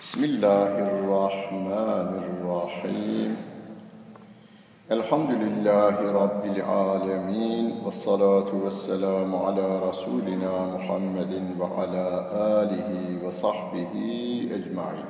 Bismillahirrahmanirrahim. Elhamdülillahi Rabbil alemin. Vessalatu vesselamu ala Resulina Muhammedin ve ala alihi ve sahbihi ecmain.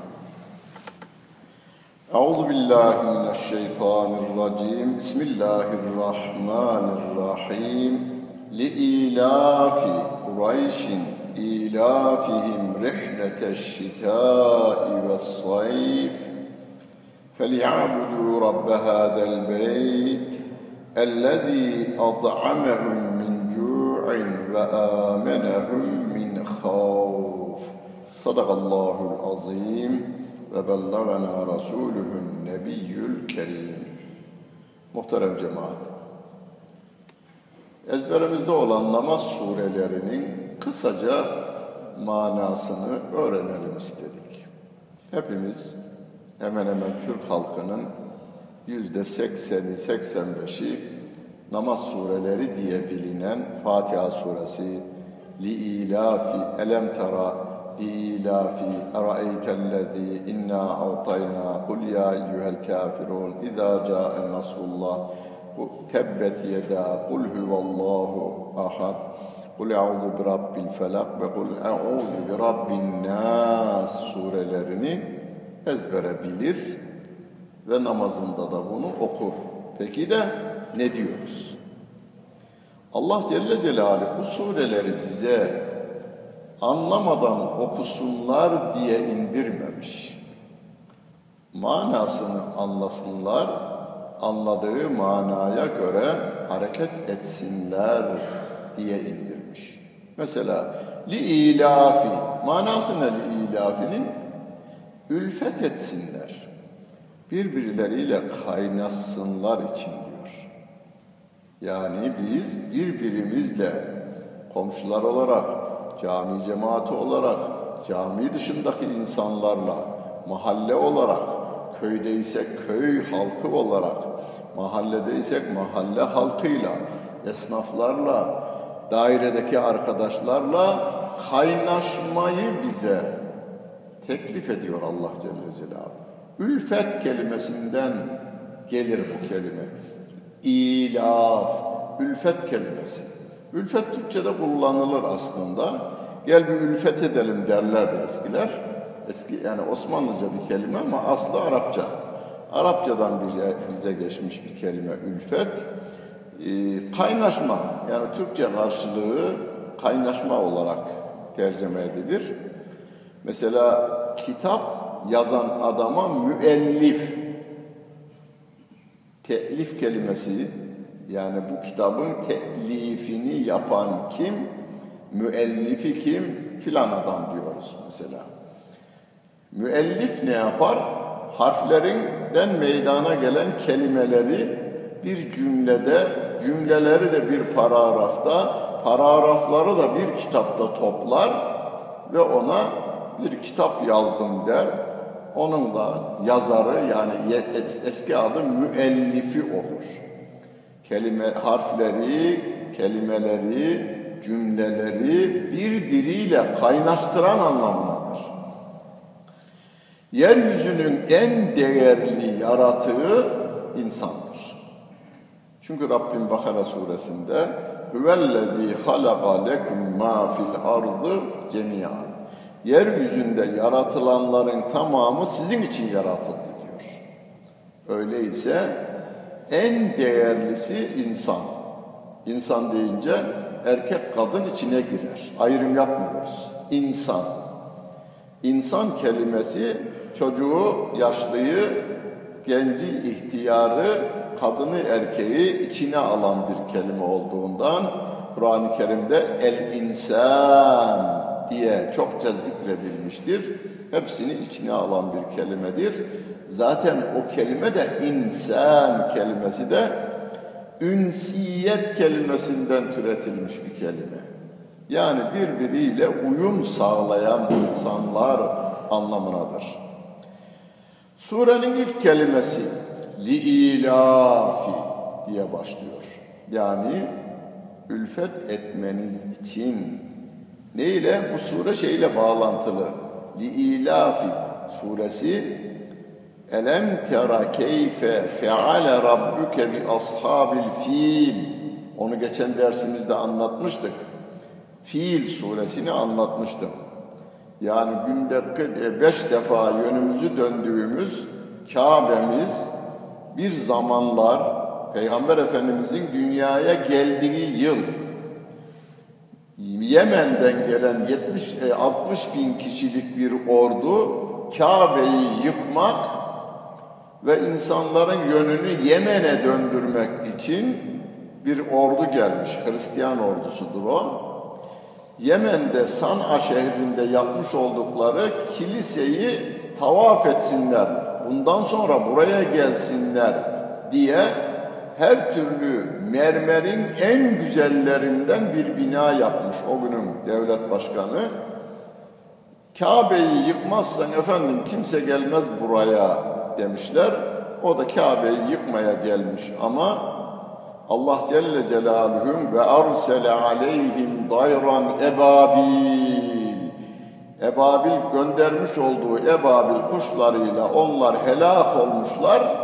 Euzu billahi mineşşeytanirracim. Bismillahirrahmanirrahim. Li'ilafi Kureyşin إيلافهم رحلة الشتاء والصيف فليعبدوا رب هذا البيت الذي أطعمهم من جوع وآمنهم من خوف صدق الله العظيم وبلغنا رسوله النبي الكريم. Muhterem cemaat, ezberimizde olan namaz surelerinin kısaca manasını öğrenelim istedik. Hepimiz hemen hemen Türk halkının %80'i 85'i namaz sureleri diye bilinen Fatiha suresi, Li'ilafi, Elem tera, Li'ilafi, Eraeytellezi, İnna a'tayna, Kul ya eyyuhel kafirun, İzâ câe nasrullah, Tebbet yeda, Kul huvallahu ahad, Kul e'ûzu bi rabbil felak ve kul e'ûzu bi rabbin nas surelerini ezbere bilir ve namazında da bunu okur. Peki de ne diyoruz? Allah Celle Celaluhu bu sureleri bize anlamadan okusunlar diye indirmemiş. Manasını anlasınlar, anladığı manaya göre hareket etsinler diye indirmiş. Mesela li'ilafi, manası ne li'ilafinin? Ülfet etsinler, birbirleriyle kaynaşsınlar için diyor. Yani biz birbirimizle komşular olarak, cami cemaati olarak, cami dışındaki insanlarla, mahalle olarak, köydeysek köy halkı olarak, mahalledeysek mahalle halkıyla, esnaflarla, dairedeki arkadaşlarla kaynaşmayı bize teklif ediyor Allah Celle Celaluhu. Ülfet kelimesinden gelir bu kelime. İlaf, ülfet kelimesi. Ülfet Türkçe'de kullanılır aslında. Gel bir ülfet edelim derlerdi eskiler. Eski yani Osmanlıca bir kelime ama aslı Arapça. Arapçadan bize geçmiş bir kelime ülfet. Kaynaşma, yani Türkçe karşılığı kaynaşma olarak tercüme edilir. Mesela kitap yazan adama müellif, te'lif kelimesi, yani bu kitabın te'lifini yapan kim, müellifi kim, filan adam diyoruz mesela. Müellif ne yapar? Harflerinden meydana gelen kelimeleri bir cümlede, cümleleri de bir paragrafta, paragrafları da bir kitapta toplar ve ona bir kitap yazdım der. Onun da yazarı, yani eski adı müellifi olur. Harfleri, kelimeleri, cümleleri birbiriyle kaynaştıran anlamındadır. Yeryüzünün en değerli yaratığı insandır. Çünkü Rabbim Bakara suresinde huvellezî halaka lekum mâ fil ardı cemî'an. Yeryüzünde yaratılanların tamamı sizin için yaratıldı diyor. Öyleyse en değerlisi insan. İnsan deyince erkek kadın içine girer. Ayrım yapmıyoruz. İnsan. İnsan kelimesi çocuğu, yaşlıyı, genci, ihtiyarı, kadını, erkeği içine alan bir kelime olduğundan Kur'an-ı Kerim'de el-insan diye çokça zikredilmiştir. Hepsini içine alan bir kelimedir. Zaten o kelime de insan kelimesi de ünsiyet kelimesinden türetilmiş bir kelime. Yani birbiriyle uyum sağlayan insanlar anlamındadır. Surenin ilk kelimesi li'ilafi diye başlıyor. Yani ülfet etmeniz için. Ne ile? Bu sure şeyle bağlantılı. Li'ilafi. suresi Elem tera keyfe feale rabbuke bi ashabil fil. Onu geçen dersimizde anlatmıştık. Fiil suresini anlatmıştım. Yani günde 5 defa yönümüzü döndüğümüz Kabe'miz bir zamanlar Peygamber Efendimizin dünyaya geldiği yıl Yemen'den gelen 60 bin kişilik bir ordu Kabe'yi yıkmak ve insanların yönünü Yemen'e döndürmek için bir ordu gelmiş. Hristiyan ordusudur o. Yemen'de San'a şehrinde yapmış oldukları kiliseyi tavaf etsinler, bundan sonra buraya gelsinler diye her türlü mermerin en güzellerinden bir bina yapmış o günün devlet başkanı. Kabe'yi yıkmazsan efendim kimse gelmez buraya demişler. O da Kabe'yi yıkmaya gelmiş ama Allah Celle Celaluhum ve arsele aleyhim dayran ebabil. Ebabil göndermiş olduğu ebabil kuşlarıyla onlar helak olmuşlar.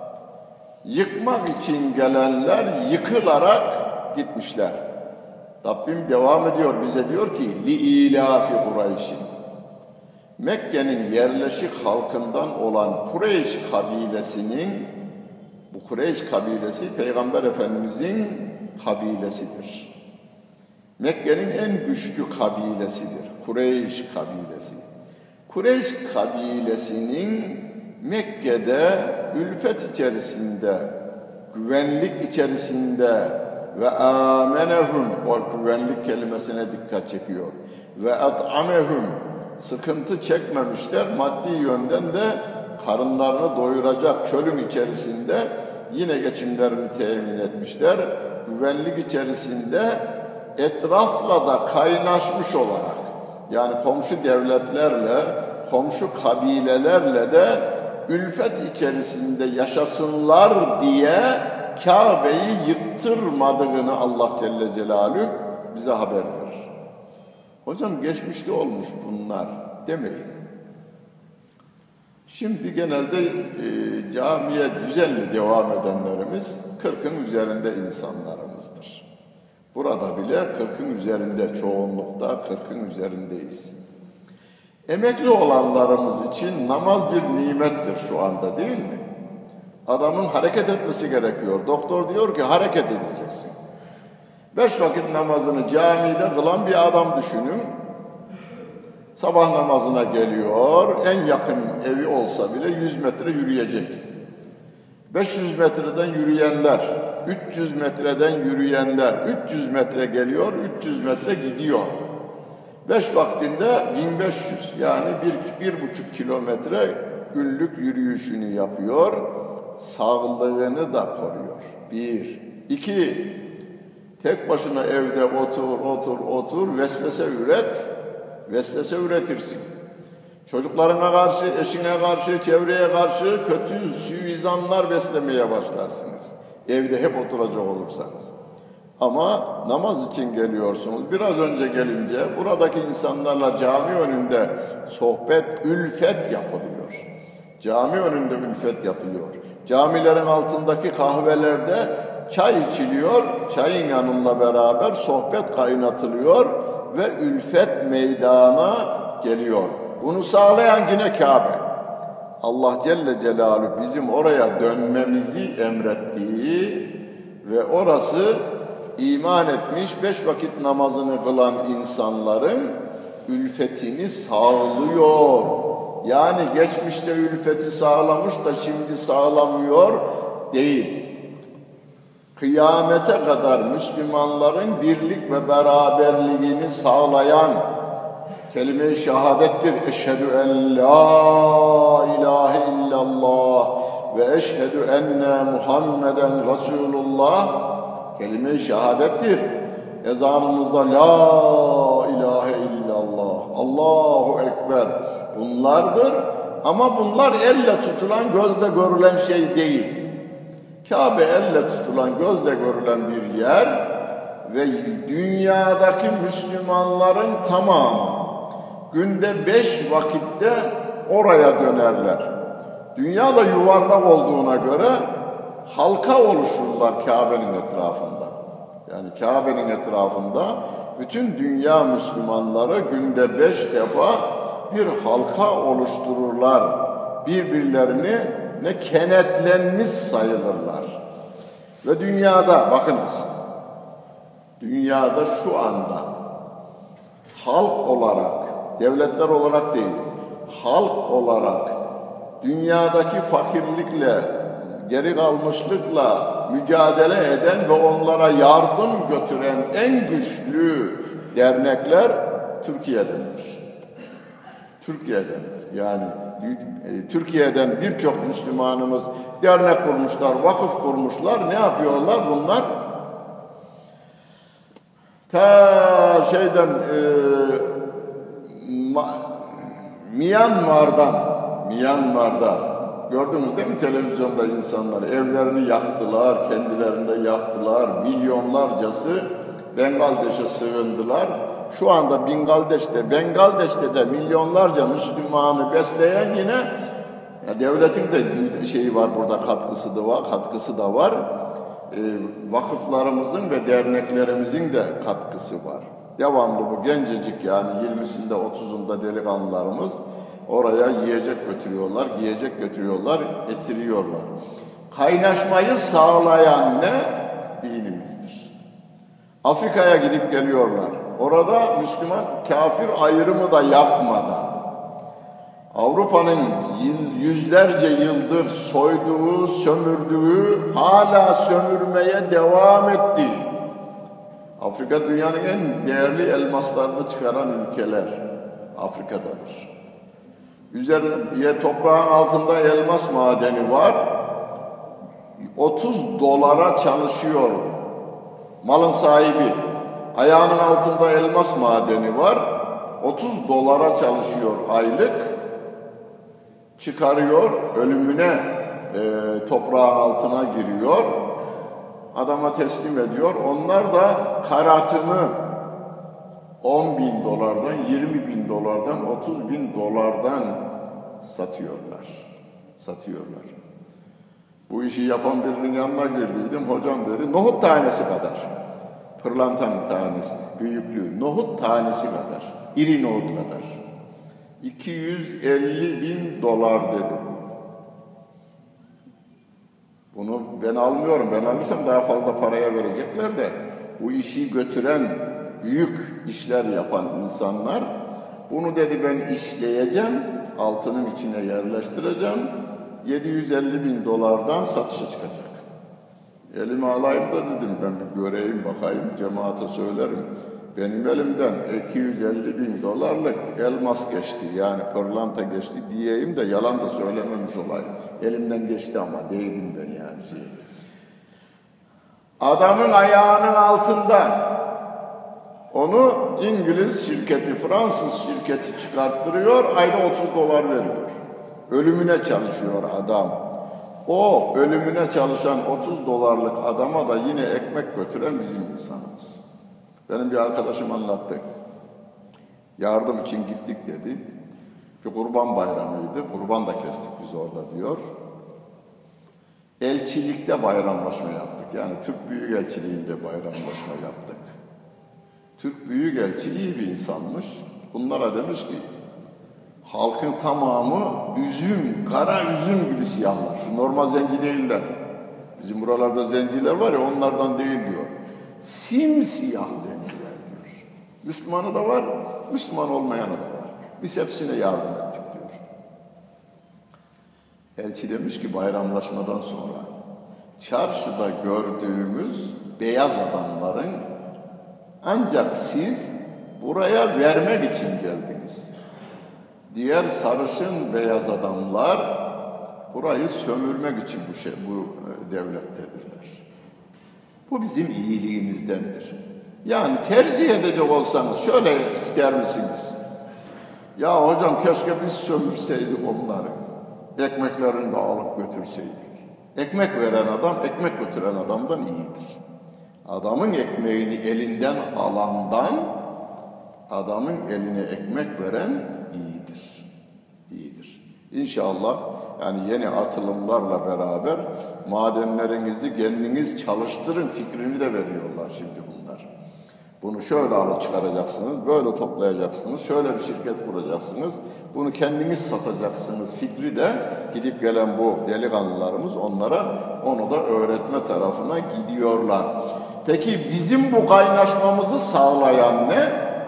Yıkmak için gelenler yıkılarak gitmişler. Rabbim devam ediyor bize diyor ki li ilafi Kureyş'in. Mekke'nin yerleşik halkından olan Kureyş kabilesinin, bu Kureyş kabilesi Peygamber Efendimizin kabilesidir. Mekke'nin en güçlü kabilesidir. Kureyş kabilesi. Kureyş kabilesinin Mekke'de ülfet içerisinde, güvenlik içerisinde ve amenehum, o güvenlik kelimesine dikkat çekiyor. Ve at'amehum, sıkıntı çekmemişler, maddi yönden de karınlarını doyuracak çölün içerisinde yine geçimlerini temin etmişler. Güvenlik içerisinde etrafla da kaynaşmış olarak, yani komşu devletlerle, komşu kabilelerle de ülfet içerisinde yaşasınlar diye Kabe'yi yıktırmadığını Allah Celle Celaluhu bize haber verir. Hocam geçmişte olmuş bunlar demeyin. Şimdi genelde camiye düzenli devam edenlerimiz 40'ın üzerinde insanlarımızdır. Burada bile 40'ın üzerinde, çoğunlukta 40'ın üzerindeyiz. Emekli olanlarımız için namaz bir nimettir şu anda, değil mi? Adamın hareket etmesi gerekiyor. Doktor diyor ki hareket edeceksin. 5 vakit namazını camide kılan bir adam düşünün. Sabah namazına geliyor, en yakın evi olsa bile 100 metre yürüyecek. 500 metreden yürüyenler, 300 metreden yürüyenler, 300 metre geliyor, 300 metre gidiyor. 5 vaktinde 1500, yani 1,5 kilometre günlük yürüyüşünü yapıyor, sağlığını da koruyor. 1. 2. Tek başına evde otur, vesvese üretirsin. Çocuklarına karşı, eşine karşı, çevreye karşı kötü suizanlar beslemeye başlarsınız. Evde hep oturacak olursanız. Ama namaz için geliyorsunuz. Biraz önce gelince buradaki insanlarla cami önünde sohbet, ülfet yapılıyor. Cami önünde ülfet yapılıyor. Camilerin altındaki kahvelerde çay içiliyor. Çayın yanında beraber sohbet kaynatılıyor ve ülfet meydana geliyor. Bunu sağlayan yine Kabe. Allah Celle Celaluhu bizim oraya dönmemizi emrettiği ve orası iman etmiş 5 vakit namazını kılan insanların ülfetini sağlıyor. Yani geçmişte ülfeti sağlamış da şimdi sağlamıyor değil. Kıyamete kadar Müslümanların birlik ve beraberliğini sağlayan kelime-i şehadettir. Eşhedü en la ilahe illallah ve eşhedü enne Muhammeden Resulullah kelime-i şehadettir. Ezanımızda la ilahe illallah, Allahu Ekber bunlardır. Ama bunlar elle tutulan, gözle görülen şey değil. Kabe elle tutulan, gözle görülen bir yer ve dünyadaki Müslümanların tamamı günde 5 vakitte oraya dönerler. Dünya da yuvarlak olduğuna göre halka oluşurlar Kabe'nin etrafında. Yani Kabe'nin etrafında bütün dünya Müslümanları günde 5 defa bir halka oluştururlar. Birbirlerini ne kenetlenmiş sayılırlar. Ve dünyada bakınız, dünyada şu anda halk olarak, devletler olarak değil, halk olarak dünyadaki fakirlikle, geri kalmışlıkla mücadele eden ve onlara yardım götüren en güçlü dernekler Türkiye'dendir. Türkiye'dendir. Yani Türkiye'den birçok Müslümanımız dernek kurmuşlar, vakıf kurmuşlar. Ne yapıyorlar bunlar? Ta Myanmar'da gördünüz değil mi televizyonda insanları evlerini yaktılar, kendilerini de yaktılar, milyonlarcası Bangladeş'e sığındılar. Şu anda Bangladeş'te de milyonlarca Müslümanı besleyen yine devletin de şeyi var burada katkısı da var. Vakıflarımızın ve derneklerimizin de katkısı var. Devamlı bu gencecik yani 20'sinde 30'unda delikanlılarımız oraya yiyecek götürüyorlar, giyecek götürüyorlar, getiriyorlar. Kaynaşmayı sağlayan ne? Dinimizdir. Afrika'ya gidip geliyorlar. Orada Müslüman kafir ayrımı da yapmadan Avrupa'nın yüzlerce yıldır soyduğu, sömürdüğü, hala sömürmeye devam ettiği. Afrika dünyanın en değerli elmaslarını çıkaran ülkeler Afrika'dadır. Üzerinde toprağın altında elmas madeni var. 30 dolara çalışıyor malın sahibi. Ayağının altında elmas madeni var. 30 dolara çalışıyor aylık. Çıkarıyor, ölümüne toprağın altına giriyor. Adama teslim ediyor. Onlar da karatını 10.000 dolardan, 20.000 dolardan, 30.000 dolardan satıyorlar. Bu işi yapan birinin yanına girdiydim. Hocam dedi, nohut tanesi kadar. Pırlantanın tanesi, büyüklüğü, nohut tanesi kadar, iri nohut kadar. 250.000 dolar dedi bu. Bunu ben almıyorum. Ben alırsam daha fazla paraya verecekler de bu işi götüren, büyük işler yapan insanlar bunu dedi ben işleyeceğim, altının içine yerleştireceğim, 750.000 dolardan satışa çıkacak. Elime alayım da dedim ben bir göreyim bakayım, cemaate söylerim. Benim elimden 250.000 dolarlık elmas geçti, yani pırlanta geçti diyeyim de yalan da söylememiş olayım. Elimden geçti ama değdim ben yani şey. Adamın ayağının altında onu İngiliz şirketi, Fransız şirketi çıkarttırıyor, ayda 30 dolar veriyor. Ölümüne çalışıyor adam. O ölümüne çalışan 30 dolarlık adama da yine ekmek götüren bizim insanımız. Benim bir arkadaşım anlattı. Yardım için gittik dedi. Bir kurban bayramıydı. Kurban da kestik biz orada diyor. Elçilikte bayramlaşma yaptık. Yani Türk Büyükelçiliğinde bayramlaşma yaptık. Türk Büyükelçi iyi bir insanmış. Bunlara demiş ki halkın tamamı üzüm, kara üzüm gibi siyahlar. Şu normal zenci değiller. Bizim buralarda zenciler var ya onlardan değil diyor. Simsiyah zenciler diyor. Müslümanı da var, Müslüman olmayanı da var. Biz hepsine yardım ettik diyor. Elçi demiş ki bayramlaşmadan sonra çarşıda gördüğümüz beyaz adamların ancak siz buraya vermek için geldiniz. Diğer sarışın beyaz adamlar burayı sömürmek için bu devlettedirler. Bu bizim iyiliğimizdendir. Yani tercih edecek olsanız şöyle ister misiniz? Ya hocam keşke biz sömürseydik onları. Ekmeklerini de alıp götürseydik. Ekmek veren adam, ekmek götüren adamdan iyidir. Adamın ekmeğini elinden alandan, adamın eline ekmek veren iyidir. İyidir. İnşallah yani yeni atılımlarla beraber madenlerinizi kendiniz çalıştırın fikrini de veriyorlar şimdi bunlar. Bunu şöyle alıp çıkaracaksınız, böyle toplayacaksınız, şöyle bir şirket kuracaksınız, bunu kendiniz satacaksınız fikri de gidip gelen bu delikanlılarımız onlara onu da öğretme tarafına gidiyorlar. Peki bizim bu kaynaşmamızı sağlayan ne?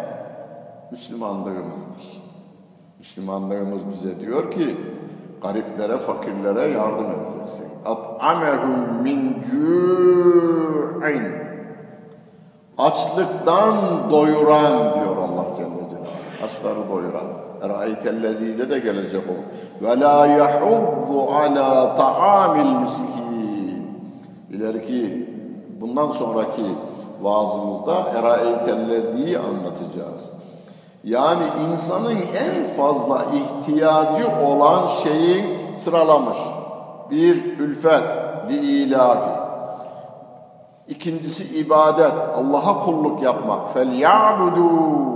Müslümanlığımızdır. Müslümanlığımız bize diyor ki gariplere, fakirlere yardım edeceksin. At'amehum min cu'in. Açlıktan doyuran diyor Allah Celle Celaluhu. Açları doyuran. Ra'aytellezî'de de gelecek o. Ve lâ yahuddu alâ ta'amil miskin. İleriki bundan sonraki vaazımızda Ra'aytellezî'yi anlatacağız. Yani insanın en fazla ihtiyacı olan şeyi sıralamış. Bir, ülfet, li'ilafi. İkincisi ibadet, Allah'a kulluk yapmak. فَلْيَعْبُدُوا.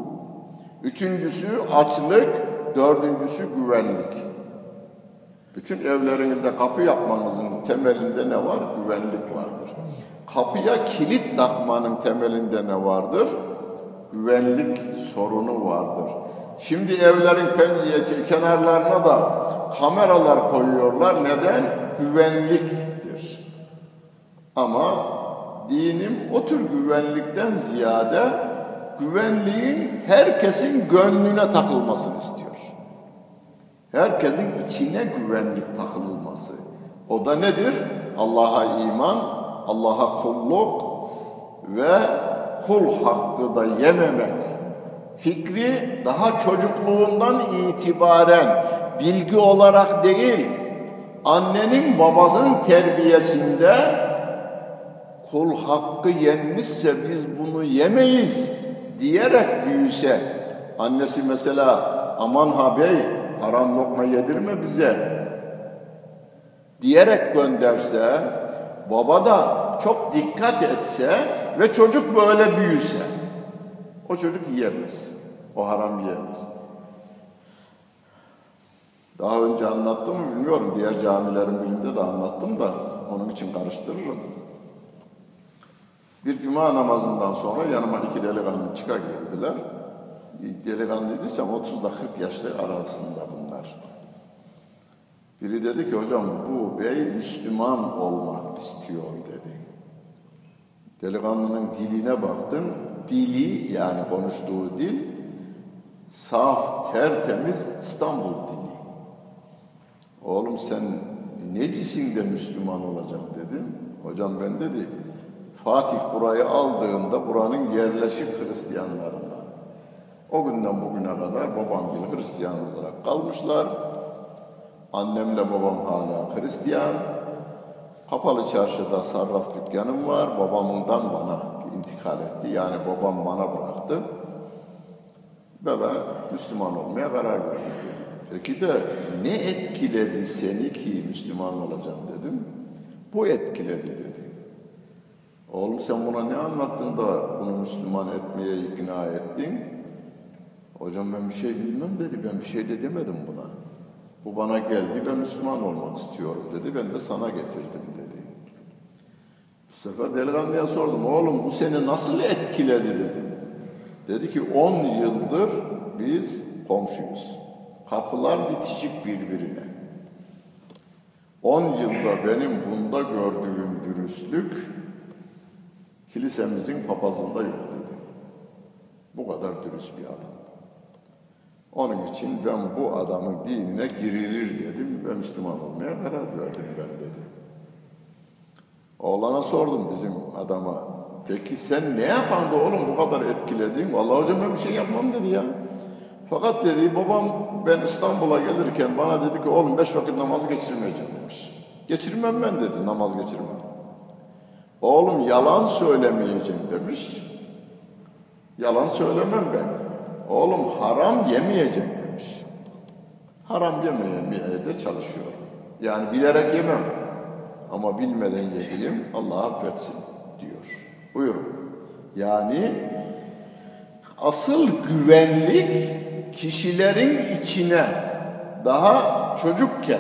Üçüncüsü açlık, dördüncüsü güvenlik. Bütün evlerinizde kapı yapmanızın temelinde ne var? Güvenlik vardır. Kapıya kilit takmanın temelinde ne vardır? Güvenlik sorunu vardır. Şimdi evlerin kenarlarına da kameralar koyuyorlar. Neden? Güvenliktir. Ama dinim o tür güvenlikten ziyade güvenliğin herkesin gönlüne takılmasını istiyor. Herkesin içine güvenlik takılması. O da nedir? Allah'a iman, Allah'a kulluk ve kul hakkı da yememek. Fikri daha çocukluğundan itibaren bilgi olarak değil, annenin babasının terbiyesinde kul hakkı yenmişse biz bunu yemeyiz diyerek büyüse, annesi mesela aman ha bey haram lokma yedirme bize diyerek gönderse, baba da çok dikkat etse ve çocuk böyle büyüse, o çocuk yiyemez, o haram yiyemez. Daha önce anlattım mı bilmiyorum, diğer camilerin birinde de anlattım da onun için karıştırırım. Bir cuma namazından sonra yanıma iki delikanlı çıka geldiler. Delikanlıydıysam 30'da 40 yaşlı arasında bunlar. Biri dedi ki hocam bu bey Müslüman olmak istiyor dedi. Delikanlının diline baktım. Dili yani konuştuğu dil saf, tertemiz İstanbul dili. Oğlum sen necisin de Müslüman olacaksın dedim. Hocam ben dedi Fatih burayı aldığında buranın yerleşik Hristiyanlarından. O günden bugüne kadar babam gibi Hristiyan olarak kalmışlar. Annemle babam hala Hristiyan. Kapalı çarşıda sarraf dükkanım var. Babamından bana intikal etti. Yani babam bana bıraktı. Ve ben Müslüman olmaya karar verdim dedi. Peki de ne etkiledi seni ki Müslüman olacaksın dedim. Bu etkiledi dedi. Oğlum sen buna ne anlattın da bunu Müslüman etmeye ikna ettin? Hocam ben bir şey bilmem dedi. Ben bir şey de demedim buna. Bu bana geldi, ben Müslüman olmak istiyorum dedi. Ben de sana getirdim dedi. Bu sefer delikanlıya sordum. Oğlum bu seni nasıl etkiledi dedim. Dedi ki 10 yıldır biz komşuyuz. Kapılar bitişik birbirine. 10 yılda benim bunda gördüğüm dürüstlük kilisemizin papazında yok dedi. Bu kadar dürüst bir adam. Onun için ben bu adamın dinine girilir dedim ve Müslüman olmaya karar verdim ben dedi. Oğlana sordum bizim adama. Peki sen ne yapan da oğlum bu kadar etkiledin? Vallahi hocam ben bir şey yapmam dedi ya. Fakat dedi babam ben İstanbul'a gelirken bana dedi ki oğlum 5 vakit namaz geçirmeyeceğim demiş. Geçirmem ben dedi, namaz geçirmem. Oğlum yalan söylemeyeceğim demiş. Yalan söylemem ben. Oğlum haram yemeyeceğim demiş. Haram yemeye de çalışıyor. Yani bilerek yemem. Ama bilmeden yediğim Allah affetsin diyor. Buyurun. Yani asıl güvenlik kişilerin içine daha çocukken,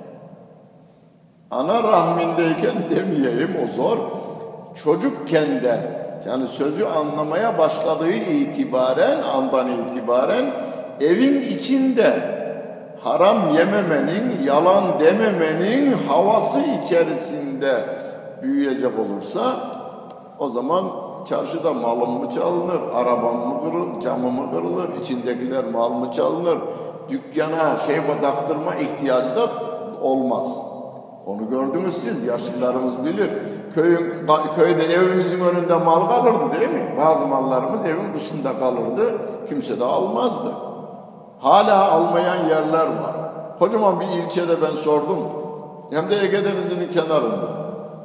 ana rahmindeyken demeyeyim, o zor, çocukken de, yani sözü anlamaya başladığı andan itibaren evin içinde haram yememenin, yalan dememenin havası içerisinde büyüyecek olursa, o zaman çarşıda malım mı çalınır, arabam mı kırılır, camım mı kırılır, içindekiler mal mı çalınır, dükkana taktırma ihtiyacı da olmaz. Onu gördünüz siz, yaşlılarımız bilir. Köyde evimizin önünde mal kalırdı değil mi? Bazı mallarımız evin dışında kalırdı, kimse de almazdı. Hala almayan yerler var. Kocaman bir ilçede ben sordum, hem de Ege Denizi'nin kenarında.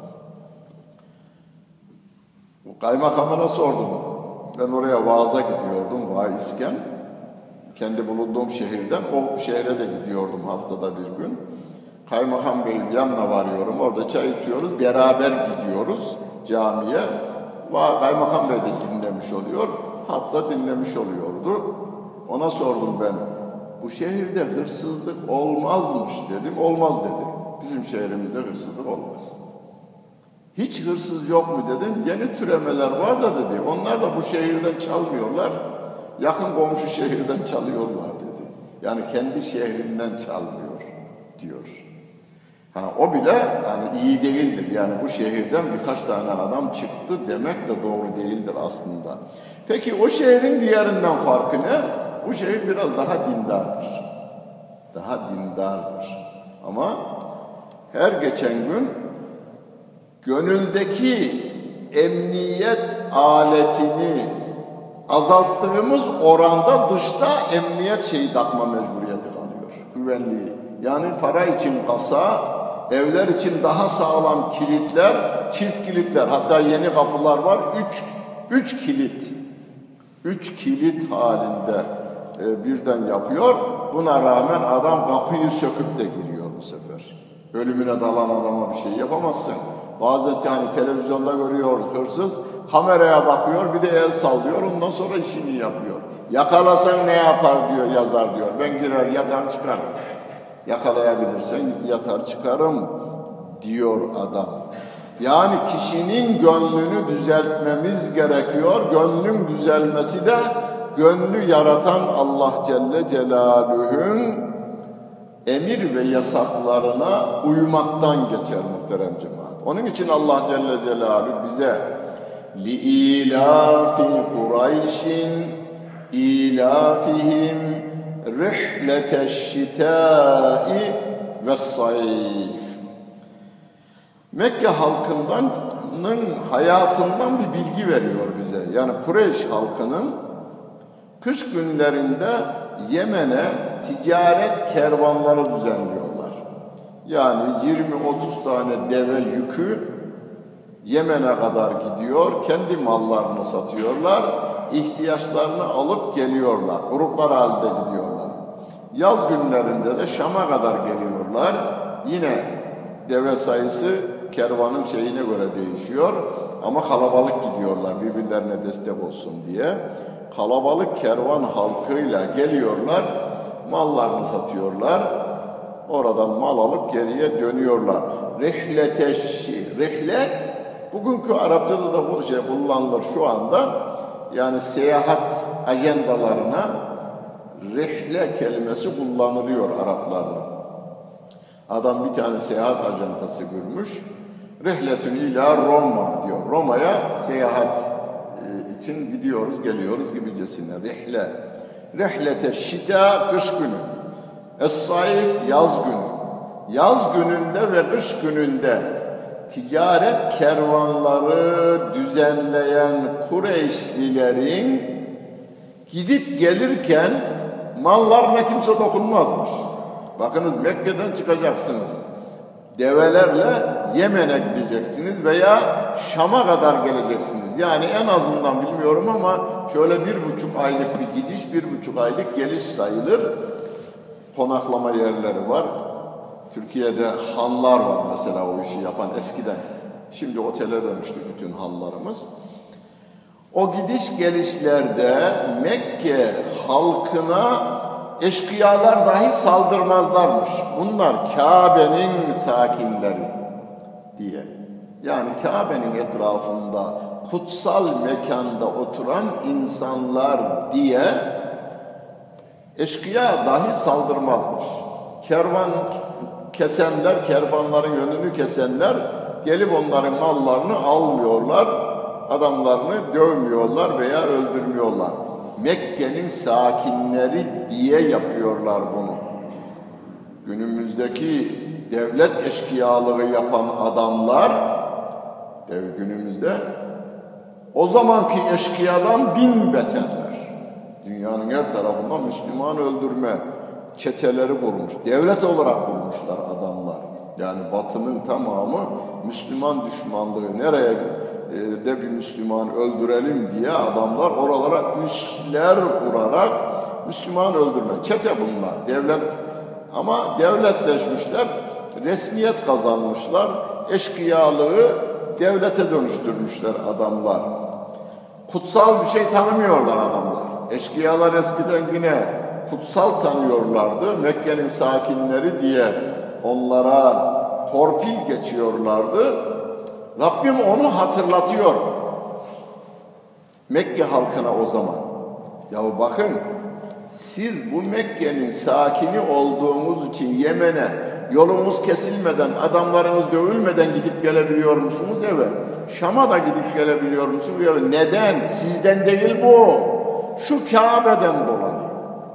Kaymakamına sordum. Ben oraya vaaza gidiyordum, vaizken. Kendi bulunduğum şehirden o şehre de gidiyordum haftada bir gün. Kaymakam Bey'in yanına varıyorum, orada çay içiyoruz, beraber gidiyoruz camiye. Kaymakam Bey de dinlemiş oluyor, halk da dinlemiş oluyordu. Ona sordum ben, bu şehirde hırsızlık olmazmış dedim, olmaz dedi. Bizim şehrimizde hırsızlık olmaz. Hiç hırsız yok mu dedim, yeni türemeler var da dedi, onlar da bu şehirden çalmıyorlar, yakın komşu şehirden çalıyorlar dedi. Yani kendi şehrinden çalmıyor diyor. O bile yani iyi değildir. Yani bu şehirden birkaç tane adam çıktı demek de doğru değildir aslında. Peki o şehrin diğerinden farkı ne? Bu şehir biraz daha dindardır. Daha dindardır. Ama her geçen gün gönüldeki emniyet aletini azalttığımız oranda dışta emniyet takma mecburiyeti kalıyor. Güvenliği. Yani para için kasa, evler için daha sağlam kilitler, çift kilitler, hatta yeni kapılar var, üç kilit. 3 kilit halinde birden yapıyor. Buna rağmen adam kapıyı söküp de giriyor bu sefer. Ölümüne dalan adama bir şey yapamazsın. Bazı televizyonda görüyor hırsız, kameraya bakıyor, bir de el sallıyor, ondan sonra işini yapıyor. Yakalasan ne yapar diyor, yazar diyor. Ben girer yatar çıkarım. Yakalayabilirsen yatar çıkarım diyor adam. Yani kişinin gönlünü düzeltmemiz gerekiyor. Gönlün düzelmesi de gönlü yaratan Allah Celle Celaluhu'nun emir ve yasaklarına uymaktan geçer muhterem cemaat. Onun için Allah Celle Celaluhu bize لِإِيلَافِ قُرَيْشٍ إِيلَافِهِمْ رِحْلَةَ الشِّتَاءِ وَالصَّيْفِ Mekke halkının hayatından bir bilgi veriyor bize. Yani Kureyş halkının kış günlerinde Yemen'e ticaret kervanları düzenliyorlar. Yani 20-30 tane deve yükü Yemen'e kadar gidiyor, kendi mallarını satıyorlar, ihtiyaçlarını alıp geliyorlar, gruplar halinde gidiyorlar. Yaz günlerinde de Şam'a kadar geliyorlar, yine deve sayısı kervanın şeyine göre değişiyor ama kalabalık gidiyorlar birbirlerine destek olsun diye. Kalabalık kervan halkıyla geliyorlar, mallarını satıyorlar, oradan mal alıp geriye dönüyorlar. Rihlet, bugünkü Arapçada da bu kullanılır şu anda. Yani seyahat ajendalarına rihle kelimesi kullanılıyor Araplarda. Adam bir tane seyahat ajantası kurmuş. Rihletün ila Roma diyor. Roma'ya seyahat için gidiyoruz, geliyoruz gibicesine. Rihlete şita, kış günü. Es-sayf, yaz günü. Yaz gününde ve kış gününde ticaret kervanları düzenleyen Kureyşlilerin gidip gelirken mallarına kimse dokunmazmış. Bakınız Mekke'den çıkacaksınız. Develerle Yemen'e gideceksiniz veya Şam'a kadar geleceksiniz. Yani en azından bilmiyorum ama şöyle 1,5 aylık bir gidiş, 1,5 aylık geliş sayılır. Konaklama yerleri var. Türkiye'de hanlar var mesela o işi yapan eskiden. Şimdi otele dönüştü bütün hanlarımız. O gidiş gelişlerde Mekke halkına eşkıyalar dahi saldırmazlarmış. Bunlar Kabe'nin sakinleri diye. Yani Kabe'nin etrafında kutsal mekanda oturan insanlar diye eşkıya dahi saldırmazmış. Kervan kesenler, kervanların önünü kesenler gelip onların mallarını almıyorlar, adamlarını dövmüyorlar veya öldürmüyorlar. Mekke'nin sakinleri diye yapıyorlar bunu. Günümüzdeki devlet eşkıyalığı yapan adamlar, günümüzde o zamanki eşkıyadan 1000 beterler. Dünyanın her tarafında Müslüman öldürme çeteleri kurmuş. Devlet olarak kurmuşlar adamlar. Yani Batı'nın tamamı Müslüman düşmanlığı, nereye de bir Müslüman öldürelim diye adamlar oralara üsler kurarak Müslüman öldürme. Çete bunlar. Devlet, ama devletleşmişler, resmiyet kazanmışlar, eşkıyalığı devlete dönüştürmüşler adamlar. Kutsal bir şey tanımıyorlar adamlar. Eşkıyalar eskiden yine kutsal tanıyorlardı. Mekke'nin sakinleri diye onlara torpil geçiyorlardı. Rabbim onu hatırlatıyor Mekke halkına o zaman. Ya bakın, siz bu Mekke'nin sakini olduğunuz için Yemen'e yolunuz kesilmeden, adamlarınız dövülmeden gidip gelebiliyor musunuz? Evet. Şam'a da gidip gelebiliyor musunuz? Evet. Neden? Sizden değil bu. Şu Kabe'den dolayı.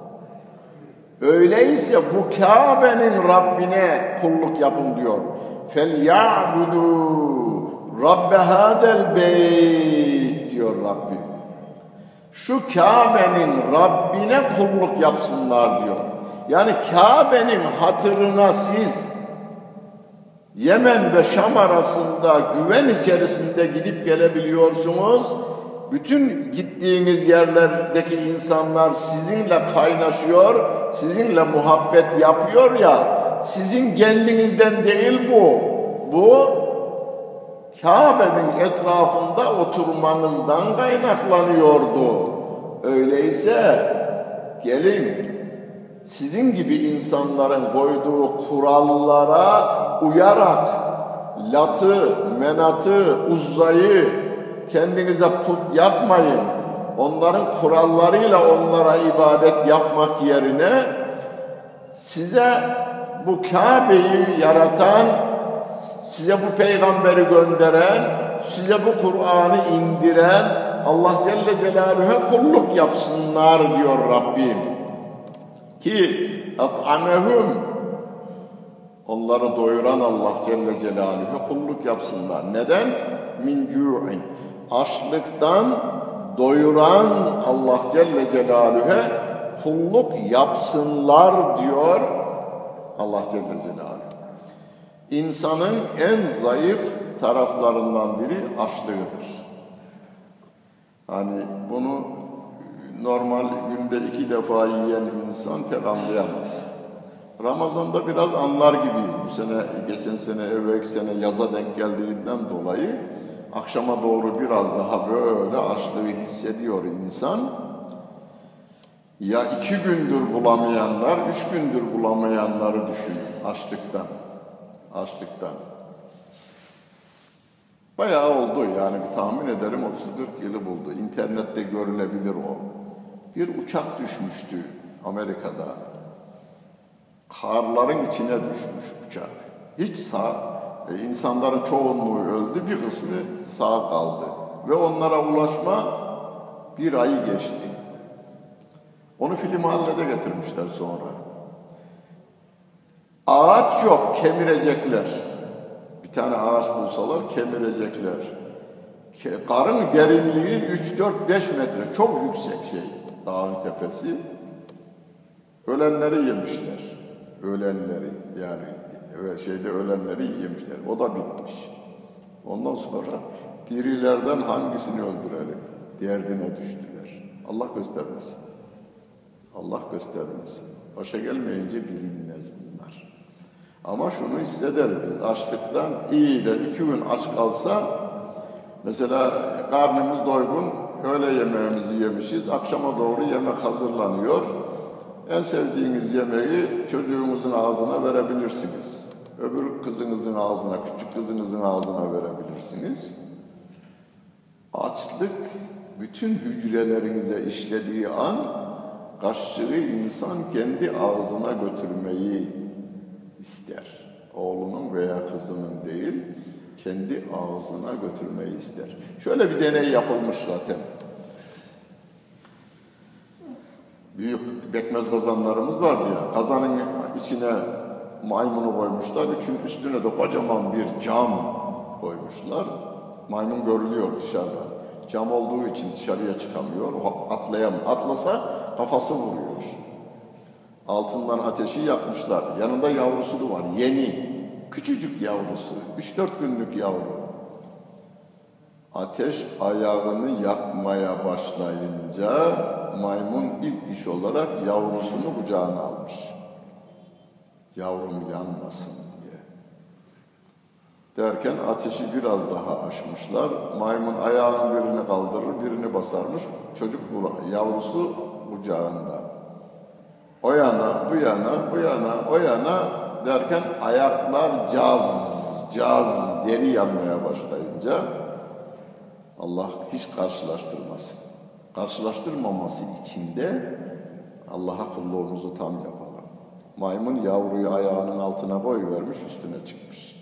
Öyleyse bu Kabe'nin Rabbine kulluk yapın diyor. فَلْيَعْبُدُوا رَبَّ هَذَا الْبَيْتِ diyor Rabbim. Şu Kabe'nin Rabbine kulluk yapsınlar diyor. Yani Kabe'nin hatırına siz Yemen ve Şam arasında güven içerisinde gidip gelebiliyorsunuz. Bütün gittiğiniz yerlerdeki insanlar sizinle kaynaşıyor, sizinle muhabbet yapıyor ya, sizin kendinizden değil bu. Bu Kabe'nin etrafında oturmanızdan kaynaklanıyordu. Öyleyse gelin sizin gibi insanların koyduğu kurallara uyarak Lat'ı, Menat'ı, Uzza'yı kendinize put yapmayın. Onların kurallarıyla onlara ibadet yapmak yerine size bu Kabe'yi yaratan, size bu peygamberi gönderen, size bu Kur'an'ı indiren Allah Celle Celaluhu'ya kulluk yapsınlar diyor Rabbim. Ki at'amehum, onları doyuran Allah Celle Celaluhu'ya kulluk yapsınlar. Neden? Min cu'in, açlıktan doyuran Allah Celle Celaluhu'ya kulluk yapsınlar diyor Allah Celle Celaluhu. İnsanın en zayıf taraflarından biri açlığıdır. Hani bunu normal günde 2 defa yiyen insan pek anlayamaz. Ramazan'da biraz anlar gibiyiz. Bu sene, geçen sene, evvelki sene yaza denk geldiğinden dolayı akşama doğru biraz daha böyle açlığı hissediyor insan. Ya 2 gündür bulamayanlar, 3 gündür bulamayanları düşünün açlıktan. Açlıktan. Bayağı oldu yani, bir tahmin ederim 30-40 yılı buldu. İnternette görülebilir o. Bir uçak düşmüştü Amerika'da. Karların içine düşmüş uçak. Hiç insanların çoğunluğu öldü, bir kısmı sağ kaldı. Ve onlara ulaşma 1 ayı geçti. Onu film haline de getirmişler sonra. Ağaç yok, kemirecekler. Bir tane ağaç bulsalar kemirecekler. Karın derinliği 3-4-5 metre. Çok yüksek şey. Dağın tepesi. Ölenleri yemişler. Ölenleri yani ölenleri yemişler. O da bitmiş. Ondan sonra dirilerden hangisini öldürelim derdine düştüler. Allah göstermesin. Allah göstermesin. Başa gelmeyince bilinmez bunlar. Ama şunu hissederiz biz, açlıktan iyi de 2 gün aç kalsa, mesela karnımız doygun, öğle yemeğimizi yemişiz, akşama doğru yemek hazırlanıyor. En sevdiğiniz yemeği çocuğunuzun ağzına verebilirsiniz. Öbür kızınızın ağzına, küçük kızınızın ağzına verebilirsiniz. Açlık bütün hücrelerinize işlediği an kaşığı insan kendi ağzına götürmeyi ister. Oğlunun veya kızının değil, kendi ağzına götürmeyi ister. Şöyle bir deney yapılmış zaten. Büyük bekmez kazanlarımız vardı ya, kazanın içine maymunu koymuşlar, üstüne de kocaman bir cam koymuşlar. Maymun görülüyor dışarıdan. Cam olduğu için dışarıya çıkamıyor, atlasa kafası vuruyor. Altından ateşi yakmışlar. Yanında yavrusu da var, yeni, küçücük yavrusu, 3-4 günlük yavru. Ateş ayağını yakmaya başlayınca maymun ilk iş olarak yavrusunu kucağına almış. Yavrum yanmasın diye. Derken ateşi biraz daha aşmışlar. Maymun ayağının birini kaldırır, birini basarmış. Çocuk yavrusu kucağında. O yana, bu yana, bu yana, o yana derken ayaklar caz deri yanmaya başlayınca Allah hiç karşılaştırmasın. Karşılaştırmaması için de Allah'a kulluğumuzu tam yapalım. Maymun yavruyu ayağının altına koyuvermiş, üstüne çıkmış.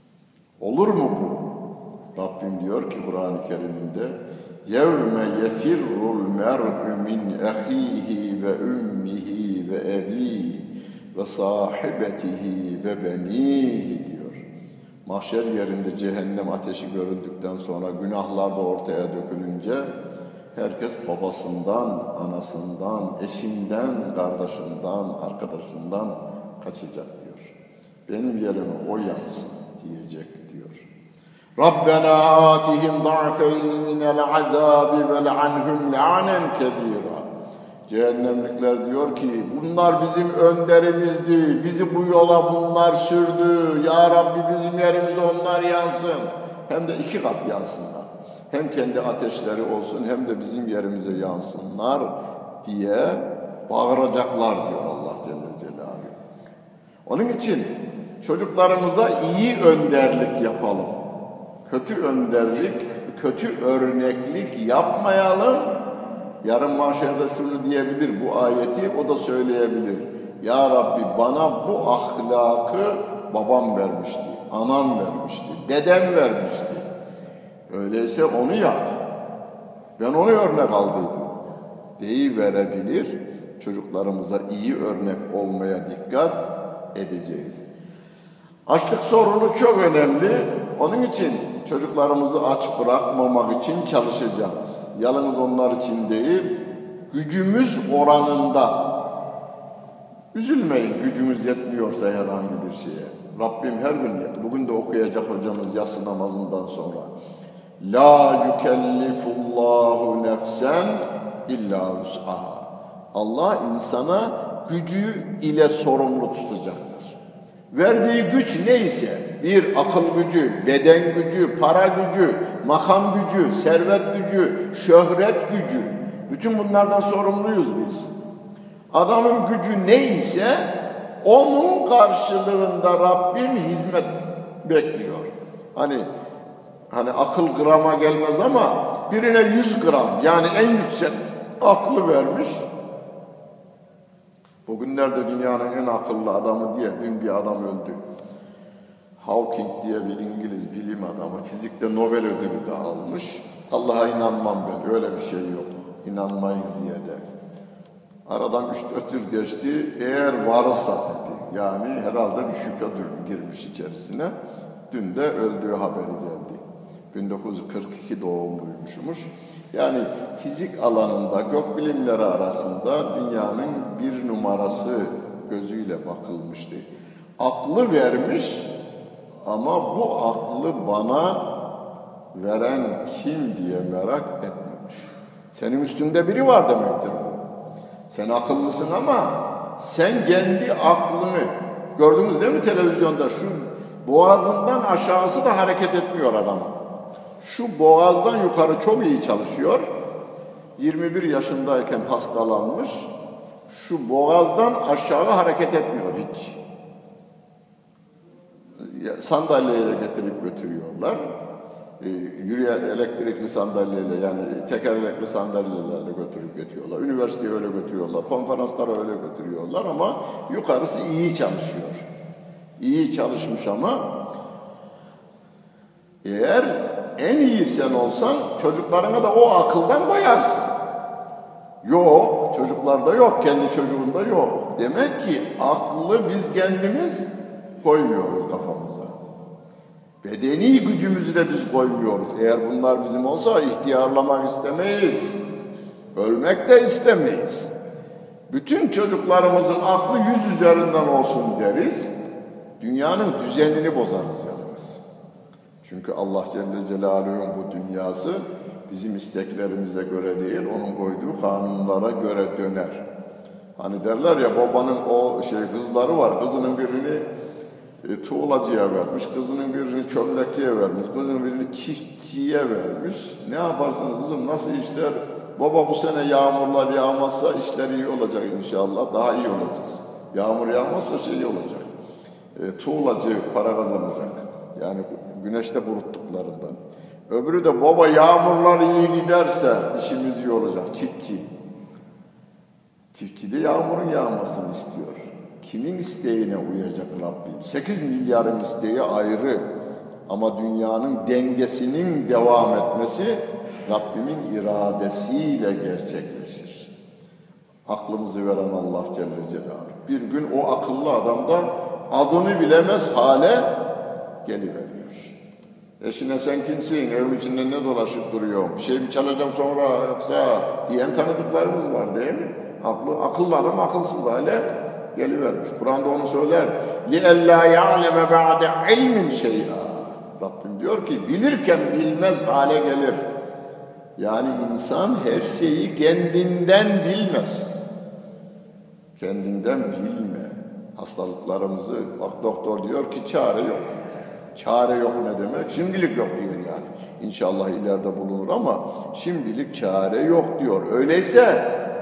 Olur mu bu? Rabbim diyor ki Kur'an-ı Kerim'inde يَوْمَ يَفِرُّ الْمَرْءُ مِنْ أَخِيهِ وَأُمِّهِ وَأَبِيهِ وَصَاحِبَتِهِ وَبَنِيهِ diyor. Mahşer yerinde cehennem ateşi görüldükten sonra günahlar da ortaya dökülünce herkes babasından, anasından, eşinden, kardeşinden, arkadaşından kaçacak diyor. Benim yerime o yansın diyecek diyor. Rabbena atihim da'feyni minel azabi ve le'anhum le'anen kebira. Cehennemlikler diyor ki bunlar bizim önderimizdi, bizi bu yola bunlar sürdü. Ya Rabbi bizim yerimize onlar yansın. Hem de 2 kat yansınlar. Hem kendi ateşleri olsun hem de bizim yerimize yansınlar diye bağıracaklar diyor Allah Celle Celaluhu. Onun için çocuklarımıza iyi önderlik yapalım. Kötü önderlik, kötü örneklik yapmayalım. Yarın mahşerde şunu diyebilir bu ayeti, o da söyleyebilir. Ya Rabbi bana bu ahlakı babam vermişti, anam vermişti, dedem vermişti. Öyleyse onu yak. Ben onu örnek aldıydım. Deyiverebilir. Çocuklarımıza iyi örnek olmaya dikkat edeceğiz. Açlık sorunu çok önemli. Onun için çocuklarımızı aç bırakmamak için çalışacağız. Yalnız onlar için değil, gücümüz oranında. Üzülmeyin gücümüz yetmiyorsa herhangi bir şeye. Rabbim her gün, bugün de okuyacak hocamız yatsı namazından sonra. La yukellifullahu nefsen illa vus'aha. Allah insana gücü ile sorumlu tutacaktır. Verdiği güç neyse, bir akıl gücü, beden gücü, para gücü, makam gücü, servet gücü, şöhret gücü, bütün bunlardan sorumluyuz biz. Adamın gücü neyse, onun karşılığında Rabbim hizmet bekliyor. Hani akıl grama gelmez ama birine 100 gram yani en yüksek aklı vermiş. Bugünlerde dünyanın en akıllı adamı diye dün bir adam öldü. Hawking diye bir İngiliz bilim adamı fizikte Nobel ödülü de almış. Allah'a inanmam ben, öyle bir şey yok. İnanmayın diye de. Aradan 3-4 yıl geçti. Eğer varsa dedi. Yani herhalde bir şüphe girmiş içerisine. Dün de öldüğü haberi geldi. 1942 doğumluymuşmuş. Yani fizik alanında gökbilimleri arasında dünyanın bir numarası gözüyle bakılmıştı. Aklı vermiş ama bu aklı bana veren kim diye merak etmemiş. Senin üstünde biri var demektir bu. Sen akıllısın ama sen kendi aklını, gördünüz değil mi televizyonda, şu boğazından aşağısı da hareket etmiyor adam. Şu boğazdan yukarı çok iyi çalışıyor. 21 yaşındayken hastalanmış. şu boğazdan aşağı hareket etmiyor hiç. Sandalyeyle getirip götürüyorlar. Yürüyen elektrikli sandalyeyle, yani tekerlekli sandalyelerle götürüp götürüyorlar. Üniversiteye öyle götürüyorlar, konferanslara öyle götürüyorlar ama yukarısı iyi çalışıyor. İyi çalışmış ama eğer en iyi sen olsan çocuklarına da o akıldan koyarsın. Yok, çocuklarda yok, kendi çocuğunda yok. Demek ki aklı biz kendimiz koymuyoruz kafamıza. Bedeni gücümüzü de biz koymuyoruz. Eğer bunlar bizim olsa ihtiyarlamak istemeyiz. Ölmek de istemeyiz. Bütün çocuklarımızın aklı 100 üzerinden olsun deriz. Dünyanın düzenini bozarız yalnız. Çünkü Allah Celle Celaluhu'nun bu dünyası bizim isteklerimize göre değil, onun koyduğu kanunlara göre döner. Hani derler ya, babanın o kızları var, kızının birini tuğlacıya vermiş, kızının birini çömlekçiye vermiş, kızının birini çiftçiye vermiş. Ne yaparsın kızım, nasıl işler? Baba bu sene yağmurlar yağmazsa işler iyi olacak inşallah, daha iyi olacağız. Yağmur yağmazsa olacak. Tuğlacı para kazanacak. Yani güneşte kuruttuklarından. Öbürü de baba yağmurlar iyi giderse işimiz iyi olacak. Çiftçi. Çiftçi de yağmurun yağmasını istiyor. Kimin isteğine uyacak Rabbim? 8 milyarın isteği ayrı. Ama dünyanın dengesinin devam etmesi Rabbimin iradesiyle gerçekleşir. Aklımızı veren Allah Celle Celaluhu. Bir gün o akıllı adamdan adını bilemez hale geliveriyor. Eşine sen kimsin? Evin içinde ne dolaşıp duruyor? Bir şey mi çalacağım sonra yoksa diyen tanıdıklarımız var değil mi? Akıllı adam akılsız hale gelivermiş. Kur'an'da onu söyler. لِأَلَّا يَعْلَمَ بَعْدَ عِلْمٍ شَيْئًا. Rabbim diyor ki bilirken bilmez hale gelir. Yani insan her şeyi kendinden bilmez. Kendinden bilme. Hastalıklarımızı, bak doktor diyor ki çare yok. Çare yok ne demek? Şimdilik yok diyor yani. İnşallah ileride bulunur ama şimdilik çare yok diyor. Öyleyse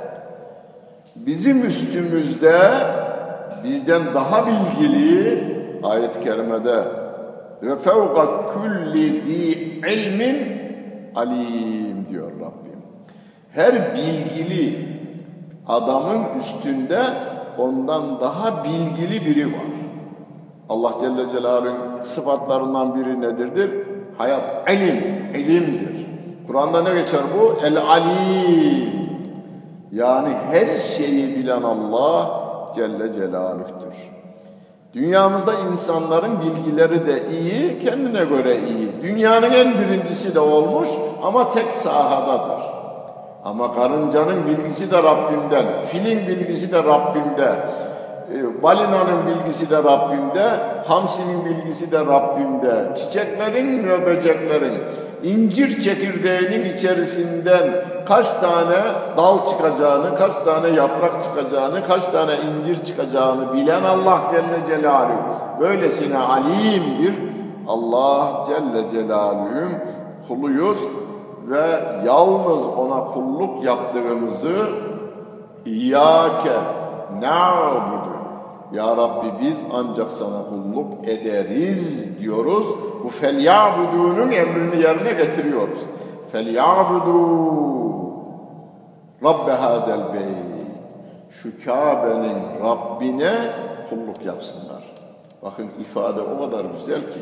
bizim üstümüzde bizden daha bilgili ayet-i kerimede ve fevka kulli zi ilmin alim diyor Rabbim. Her bilgili adamın üstünde ondan daha bilgili biri var. Allah Celle Celaluhu'nun sıfatlarından biri nedir? Hayat, ilimdir. Kur'an'da ne geçer bu? El-alim. Yani her şeyi bilen Allah Celle Celaluhu'dur. Dünyamızda insanların bilgileri de iyi, kendine göre iyi. Dünyanın en birincisi de olmuş ama tek sahadadır. Ama karıncanın bilgisi de Rabbimden, filin bilgisi de Rabbimde, balinanın bilgisi de Rabbimde, hamsinin bilgisi de Rabbimde, çiçeklerin ve böceklerin, incir çekirdeğinin içerisinden kaç tane dal çıkacağını, kaç tane yaprak çıkacağını, kaç tane incir çıkacağını bilen Allah Celle Celaluhu. Böylesine alim bir Allah Celle Celaluhu'nun kuluyuz ve yalnız ona kulluk yaptığımızı İyyâke na'budu. Ya Rabbi biz ancak sana kulluk ederiz diyoruz. Bu felya'budû'nun emrini yerine getiriyoruz. Felya'budû Rabbe hâdel beyt. Şu Kabe'nin Rabbine kulluk yapsınlar. Bakın ifade o kadar güzel ki.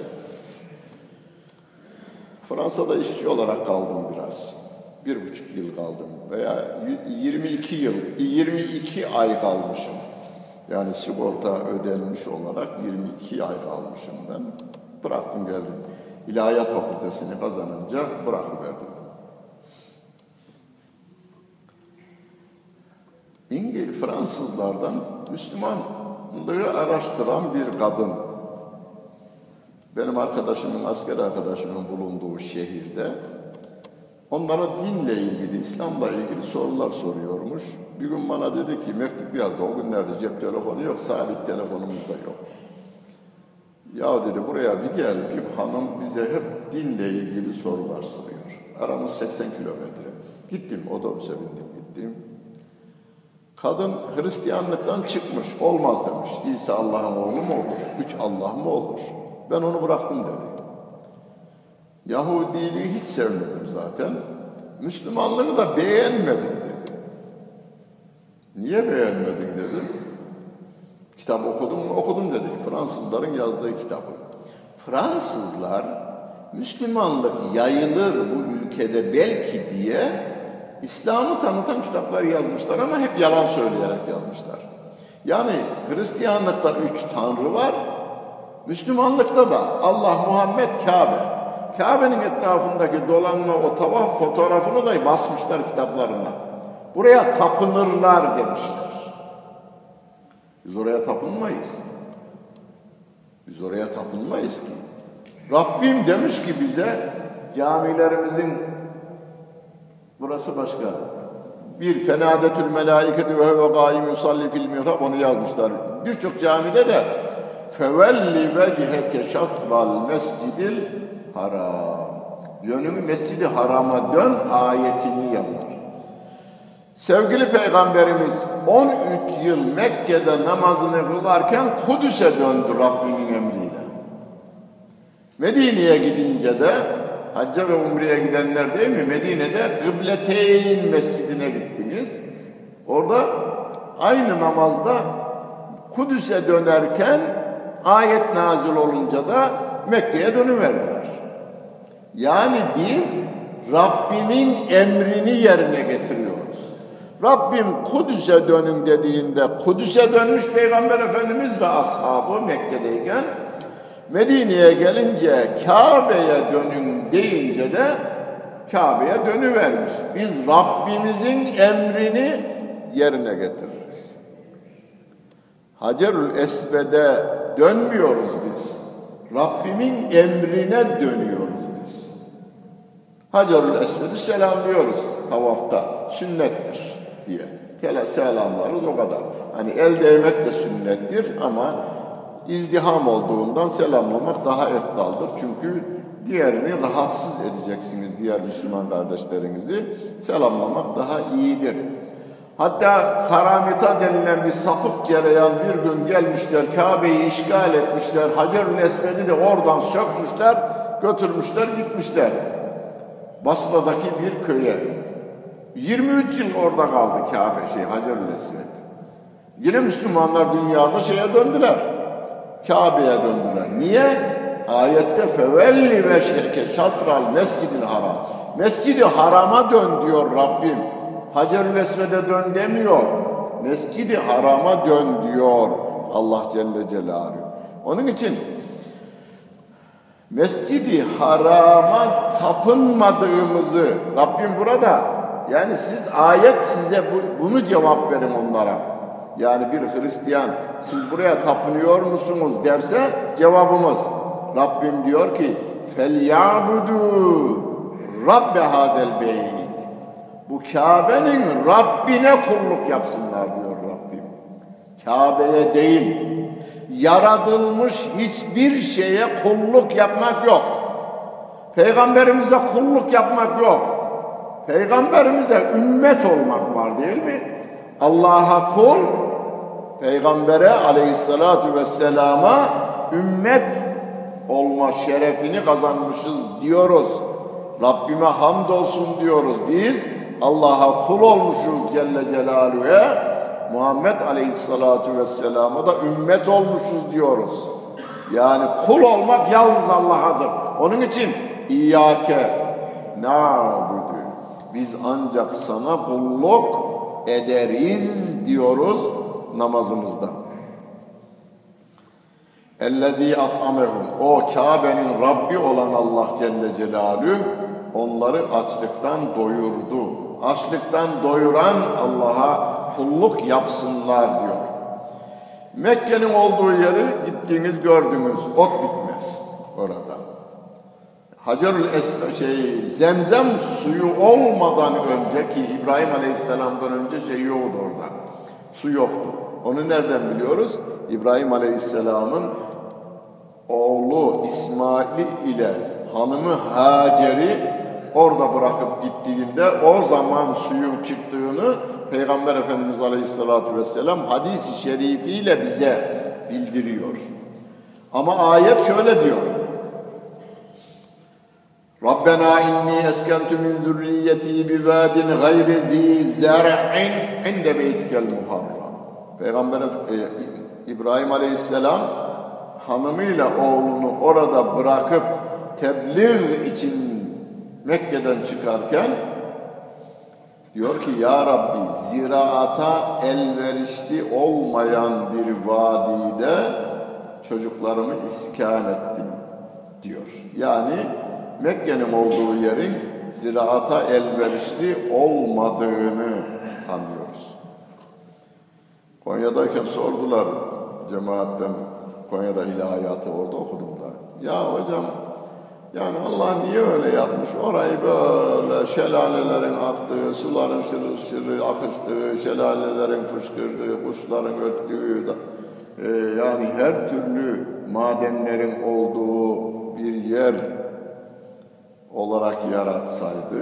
Fransa'da işçi olarak kaldım biraz. 1,5 yıl kaldım veya 22 ay kalmışım. Yani sigorta ödenmiş olarak 22 ay kalmışım ben. Bıraktım geldim. İlahiyat Fakültesini kazanınca bırakıverdim. Fransızlardan Müslümanlığı araştıran bir kadın. Benim arkadaşımın, asker arkadaşımın bulunduğu şehirde onlara dinle ilgili, İslam'la ilgili sorular soruyormuş. Bir gün bana dedi ki, mektup yazdı. O günlerde cep telefonu yok, sabit telefonumuz da yok. Ya dedi, buraya bir gel, bir hanım bize hep dinle ilgili sorular soruyor. Aramız 80 kilometre. Gittim, otobüse bindim, gittim. Kadın Hristiyanlıktan çıkmış, olmaz demiş. İsa Allah'ın oğlu mu olur? Üç Allah mı olur? Ben onu bıraktım dedi. Yahudiliği hiç sevmedim zaten. Müslümanlığı da beğenmedim dedi. Niye beğenmedin dedim. Kitap okudum mu? Okudum dedi. Fransızların yazdığı kitabı. Fransızlar Müslümanlık yayılır bu ülkede belki diye İslam'ı tanıtan kitaplar yazmışlar ama hep yalan söyleyerek yazmışlar. Yani Hristiyanlıkta 3 tanrı var, Müslümanlıkta da Allah, Muhammed, Kabe. Kabe'nin etrafındaki dolanma o tavaf fotoğrafını da basmışlar kitaplarına. Buraya tapınırlar demişler. Biz oraya tapınmayız. Biz oraya tapınmayız ki. Rabbim demiş ki bize camilerimizin burası başka. Bir fenadetül melâiketi ve huve gâim yusalli fil mihrab onu yazmışlar. Birçok camide de fevelli vecheke şatral mescidil haram. Yönünü Mescid-i Haram'a dön ayetini yazar. Sevgili Peygamberimiz 13 yıl Mekke'de namazını kılarken Kudüs'e döndü Rabbimin emriyle. Medine'ye gidince de hacca ve umreye gidenler değil mi? Medine'de Kıbleteyn Mescidine gittiniz. Orada aynı namazda Kudüs'e dönerken ayet nazil olunca da Mekke'ye dönüverdiler. Yani biz Rabbimin emrini yerine getiriyoruz. Rabbim Kudüs'e dönün dediğinde Kudüs'e dönmüş Peygamber Efendimiz ve ashabı Mekke'deyken Medine'ye gelince Kabe'ye dönün deyince de Kabe'ye dönüvermiş. Biz Rabbimizin emrini yerine getiririz. Hacerül Esved'e dönmüyoruz biz. Rabbimin emrine dönüyoruz biz. Hacerül Esved'i selamlıyoruz tavafta. Sünnettir diye. Selamlarız o kadar. Hani el değmek de sünnettir ama İzdiham olduğundan selamlamak daha eftaldır. Çünkü diğerini rahatsız edeceksiniz diğer Müslüman kardeşlerinizi. Selamlamak daha iyidir. Hatta Karamita denilen bir sapık cereyan bir gün gelmişler, Kabe'yi işgal etmişler, Hacerül Esved'i de oradan sökmüşler, götürmüşler, gitmişler. Basra'daki bir köye. 23 yıl orada kaldı Hacerül Esved. Yine Müslümanlar dünyada döndüler. Kabe'ye döndüler. Niye? Ayette fevelli ve şirke şatral mescidil haram. Mescid-i Haram'a dön diyor Rabbim. Hacerül Esved'e dön demiyor. Mescid-i Haram'a dön diyor Allah Celle Celaluhu. Onun için Mescid-i Haram'a tapınmadığımızı Rabbim burada, yani ayet size bunu cevap verin onlara. Yani bir Hristiyan siz buraya tapınıyor musunuz derse cevabımız Rabbim diyor ki فَلْيَعْبُدُوا رَبَّ هَذَا الْبَيْتِ Bu Kabe'nin Rabbine kulluk yapsınlar diyor Rabbim. Kabe'ye değil, yaratılmış hiçbir şeye kulluk yapmak yok. Peygamberimize kulluk yapmak yok. Peygamberimize ümmet olmak var değil mi? Allah'a kul, Peygambere aleyhissalatu vesselama ümmet olma şerefini kazanmışız diyoruz. Rabbime hamdolsun diyoruz. Biz Allah'a kul olmuşuz Celle Celaluhu'ya, Muhammed aleyhissalatu vesselama da ümmet olmuşuz diyoruz. Yani kul olmak yalnız Allah'adır. Onun için İyyâke na'budu. Biz ancak sana kulluk ederiz diyoruz namazımızda. Ellezî at'amehum. O Kabe'nin Rabbi olan Allah Celle Celaluhu onları açlıktan doyurdu. Açlıktan doyuran Allah'a kulluk yapsınlar diyor. Mekke'nin olduğu yeri gittiğiniz gördünüz. Ot bitmez orada. Zemzem suyu olmadan önceki İbrahim Aleyhisselam'dan önce yoktu orada. Su yoktu. Onu nereden biliyoruz? İbrahim Aleyhisselam'ın oğlu İsmail ile hanımı Hacer'i orada bırakıp gittiğinde o zaman suyun çıktığını Peygamber Efendimiz Aleyhisselatü Vesselam hadis-i şerifiyle bize bildiriyor. Ama ayet şöyle diyor. Rabbena inni eskentu min zürriyeti bivadin gayri zi zer'in inde beytikel muharram. Peygamber İbrahim Aleyhisselam hanımıyla oğlunu orada bırakıp tebliğ için Mekke'den çıkarken diyor ki ya Rabbi ziraata elverişli olmayan bir vadide çocuklarımı iskan ettim diyor. Yani Mekke'nin olduğu yerin ziraata elverişli olmadığını anlıyoruz. Konya'dayken sordular cemaatten, Konya'da ilahiyatı orada okudum da. Ya hocam yani Allah niye öyle yapmış? Orayı böyle şelalelerin aktığı, suların şırıl şırıl akıştığı, şelalelerin fışkırdığı, kuşların öttüğü, yani her türlü madenlerin olduğu bir yer olarak yaratsaydı,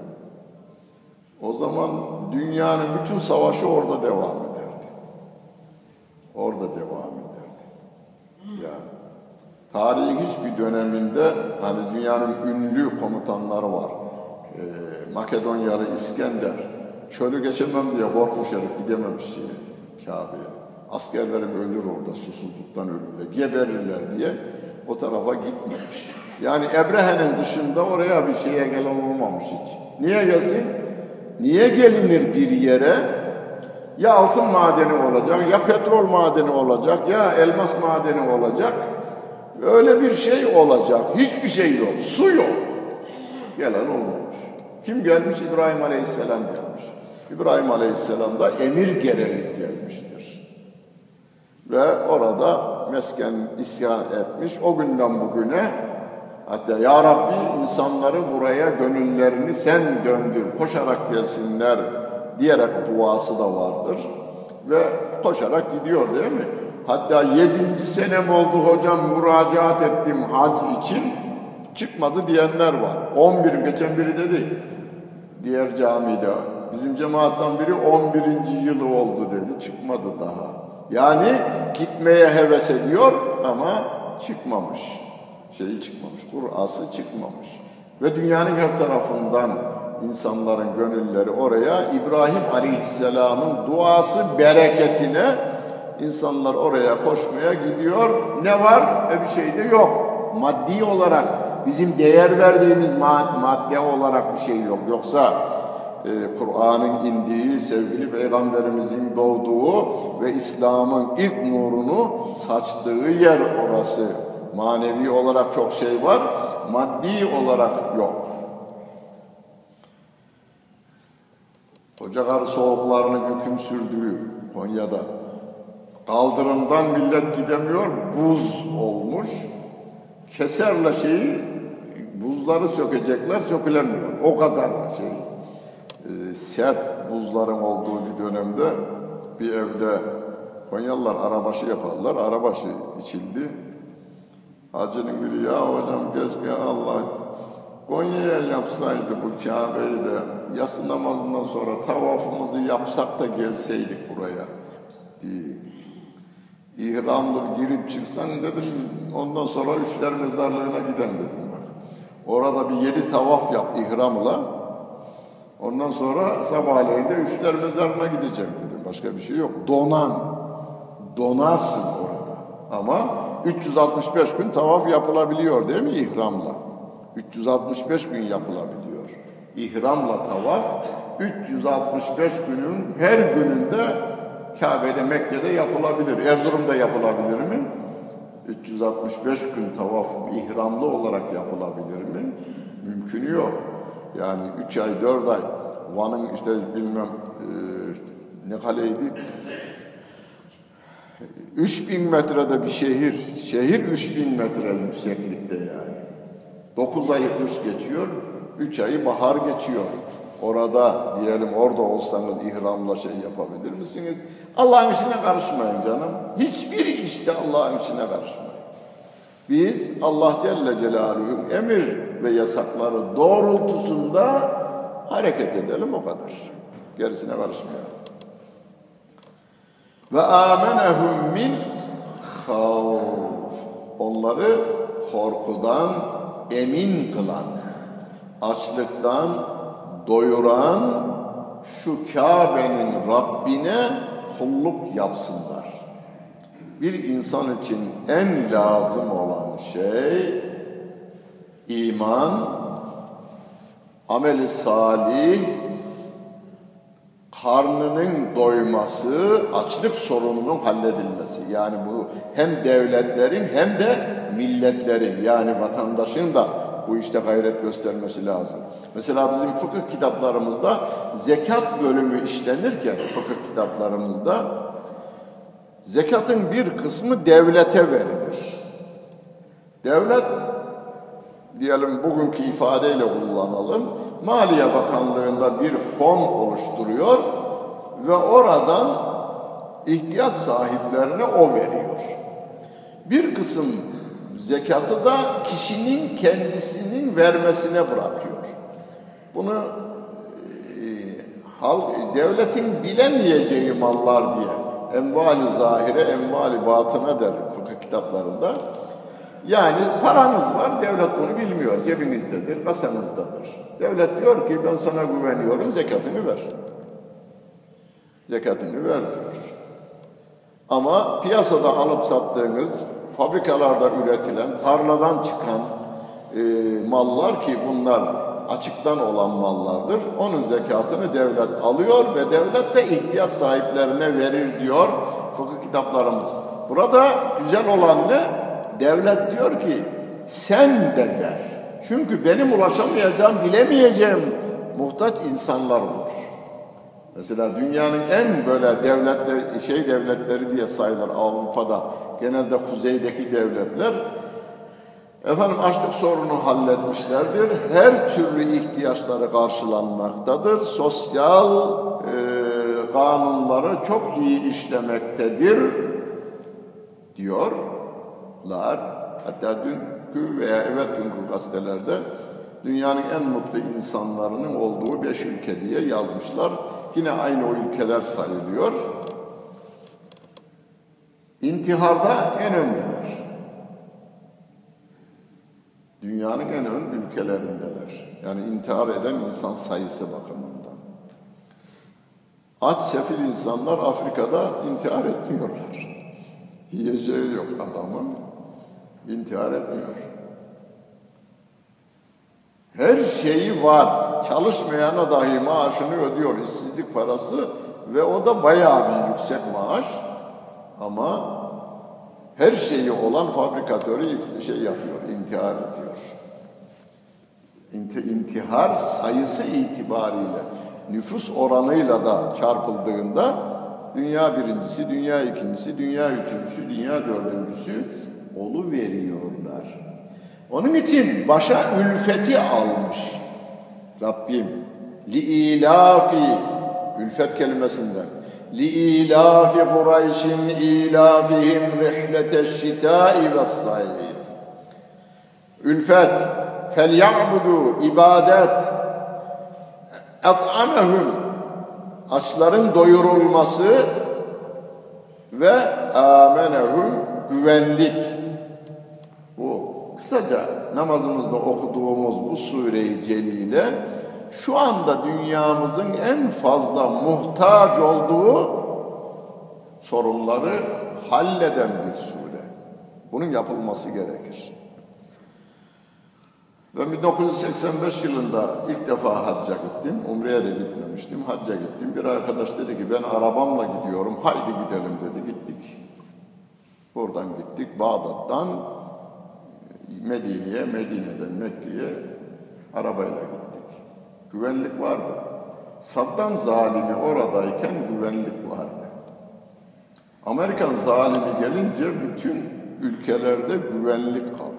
o zaman dünyanın bütün savaşı orada devam ederdi. Orada devam ederdi. Yani tarihin hiçbir döneminde hani dünyanın ünlü komutanları var. Makedonyalı İskender çölü geçemem diye korkmuş herif, gidememiş Kabe'ye. Askerlerim ölür orada, susuzluktan ölürler, geberirler diye o tarafa gitmemiş. Yani Ebrehe'nin dışında oraya bir şeye gelen olmamış hiç. Niye gelsin? Niye gelinir bir yere? Ya altın madeni olacak, ya petrol madeni olacak, ya elmas madeni olacak. Öyle bir şey olacak. Hiçbir şey yok. Su yok. Gelen olmamış. Kim gelmiş? İbrahim Aleyhisselam gelmiş. İbrahim Aleyhisselam da emir gereği gelmiştir. Ve orada mesken isyan etmiş. O günden bugüne hatta ya Rabbi insanları buraya gönüllerini sen döndür, koşarak gelsinler diyerek duası da vardır. Ve koşarak gidiyor değil mi? Hatta 7. senem oldu hocam müracaat ettim hac için, çıkmadı diyenler var. 11. geçen biri dedi, diğer camide, bizim cemaattan biri 11. yılı oldu dedi, çıkmadı daha. Yani gitmeye heves ediyor ama çıkmamış. Çıkmamış, Kur'ası çıkmamış. Ve dünyanın her tarafından insanların gönülleri oraya, İbrahim Aleyhisselam'ın duası bereketine insanlar oraya koşmaya gidiyor. Ne var? Bir şey de yok. Maddi olarak, bizim değer verdiğimiz madde olarak bir şey yok. Yoksa Kur'an'ın indiği, sevgili Peygamberimizin doğduğu ve İslam'ın ilk nurunu saçtığı yer orası. Manevi olarak çok şey var, maddi olarak yok. Kocakarı soğuklarının hüküm sürdüğü Konya'da kaldırımdan millet gidemiyor, buz olmuş. Keserle buzları sökecekler, sökülemiyor. O kadar sert buzların olduğu bir dönemde bir evde Konyalılar arabaşı yaparlar, arabaşı içildi. Hacının biri ya hocam keşke Allah Konya'ya yapsaydı bu Kabe'yi de yatsı namazından sonra tavafımızı yapsak da gelseydik buraya diye. İhramlı girip çıksan dedim, ondan sonra Üçler Mezarlığı'na gidem dedim bak. Orada bir 7 tavaf yap ihramla. Ondan sonra sabahleyin de Üçler Mezarlığı'na gidecek dedim. Başka bir şey yok. Donarsın orada. Ama 365 gün tavaf yapılabiliyor değil mi ihramla? 365 gün yapılabiliyor. İhramla tavaf 365 günün her gününde Kabe'de, Mekke'de yapılabilir. Erzurum'da yapılabilir mi? 365 gün tavaf ihramlı olarak yapılabilir mi? Mümkünü yok. Yani 3 ay, 4 ay Van'ın bilmem ne kaleydi? 3000 metrede bir şehir. Şehir 3000 metre yükseklikte yani. 9 ayı kış geçiyor, 3 ayı bahar geçiyor. Orada diyelim orada olsanız ihramla yapabilir misiniz? Allah'ın işine karışmayın canım. Hiçbir işte Allah'ın işine karışmayın. Biz Allah Celle Celaluhu'nun emir ve yasakları doğrultusunda hareket edelim o kadar. Gerisine karışmayalım. Ve amenehum min havf. Onları korkudan emin kılan, açlıktan doyuran şu Kabe'nin Rabbine kulluk yapsınlar. Bir insan için en lazım olan şey iman, ameli salih, karnının doyması, açlık sorununun halledilmesi. Yani bu hem devletlerin hem de milletlerin, yani vatandaşın da bu işte gayret göstermesi lazım. Mesela bizim fıkıh kitaplarımızda zekat bölümü işlenirken, fıkıh kitaplarımızda zekatın bir kısmı devlete verilir. Devlet, diyelim bugünkü ifadeyle kullanalım, Maliye Bakanlığı'nda bir fon oluşturuyor ve oradan ihtiyaç sahiplerine o veriyor. Bir kısım zekatı da kişinin kendisinin vermesine bırakıyor. Bunu devletin bilemeyeceği mallar diye envali zahire, envali batına der fıkıh kitaplarında. Yani paranız var, devlet bunu bilmiyor, cebinizdedir, kasanızdadır. Devlet diyor ki ben sana güveniyorum, zekatını ver. Zekatını ver diyor. Ama piyasada alıp sattığınız, fabrikalarda üretilen, tarladan çıkan mallar ki bunlar açıktan olan mallardır. Onun zekatını devlet alıyor ve devlet de ihtiyaç sahiplerine verir diyor fıkıh kitaplarımız. Burada güzel olan ne? Devlet diyor ki sen de ver. Çünkü benim ulaşamayacağım, bilemeyeceğim muhtaç insanlar olur. Mesela dünyanın en böyle devletleri diye sayılır Avrupa'da, genelde kuzeydeki devletler, açlık sorunu halletmişlerdir. Her türlü ihtiyaçları karşılanmaktadır. Sosyal kanunları çok iyi işlemektedir diyorlar. Hatta dünkü veya evvelki gazetelerde dünyanın en mutlu insanlarının olduğu 5 ülke diye yazmışlar. Yine aynı o ülkeler sayılıyor. İntiharda en öndeler. Dünyanın en ön ülkelerindeler. Yani intihar eden insan sayısı bakımından. Aç, sefil insanlar Afrika'da intihar etmiyorlar. Yiyeceği yok adamın, intihar etmiyor. Her şeyi var. Çalışmayana dahi maaşını ödüyor, işsizlik parası ve o da bayağı bir yüksek maaş. Ama her şeyi olan fabrikatörü yapıyor, intihar ediyor. İntihar sayısı itibariyle, nüfus oranıyla da çarpıldığında dünya birincisi, dünya ikincisi, dünya üçüncüsü, dünya dördüncüsü oluveriyorlar. Onun için başa ülfeti almış Rabbim. Li'ilafi, ülfet kelimesinden. Li'ilafi Kureyş'in ilafihim rihleteşşitâi ve's-sayf. Ülfet, felya'budu, ibadet, et'amehum, açların doyurulması ve amenehum, güvenlik. Bu kısaca namazımızda okuduğumuz bu sure-i celile şu anda dünyamızın en fazla muhtaç olduğu sorunları halleden bir sure. Bunun yapılması gerekir. Ben 1985 yılında ilk defa hacca gittim. Umre'ye de gitmemiştim. Hacca gittim. Bir arkadaş dedi ki ben arabamla gidiyorum. Haydi gidelim dedi. Gittik. Buradan gittik. Bağdat'tan Medine'ye, Medine'den Mekke'ye arabayla gittik. Güvenlik vardı. Saddam zalimi oradayken güvenlik vardı. Amerikan zalimi gelince bütün ülkelerde güvenlik kaldı.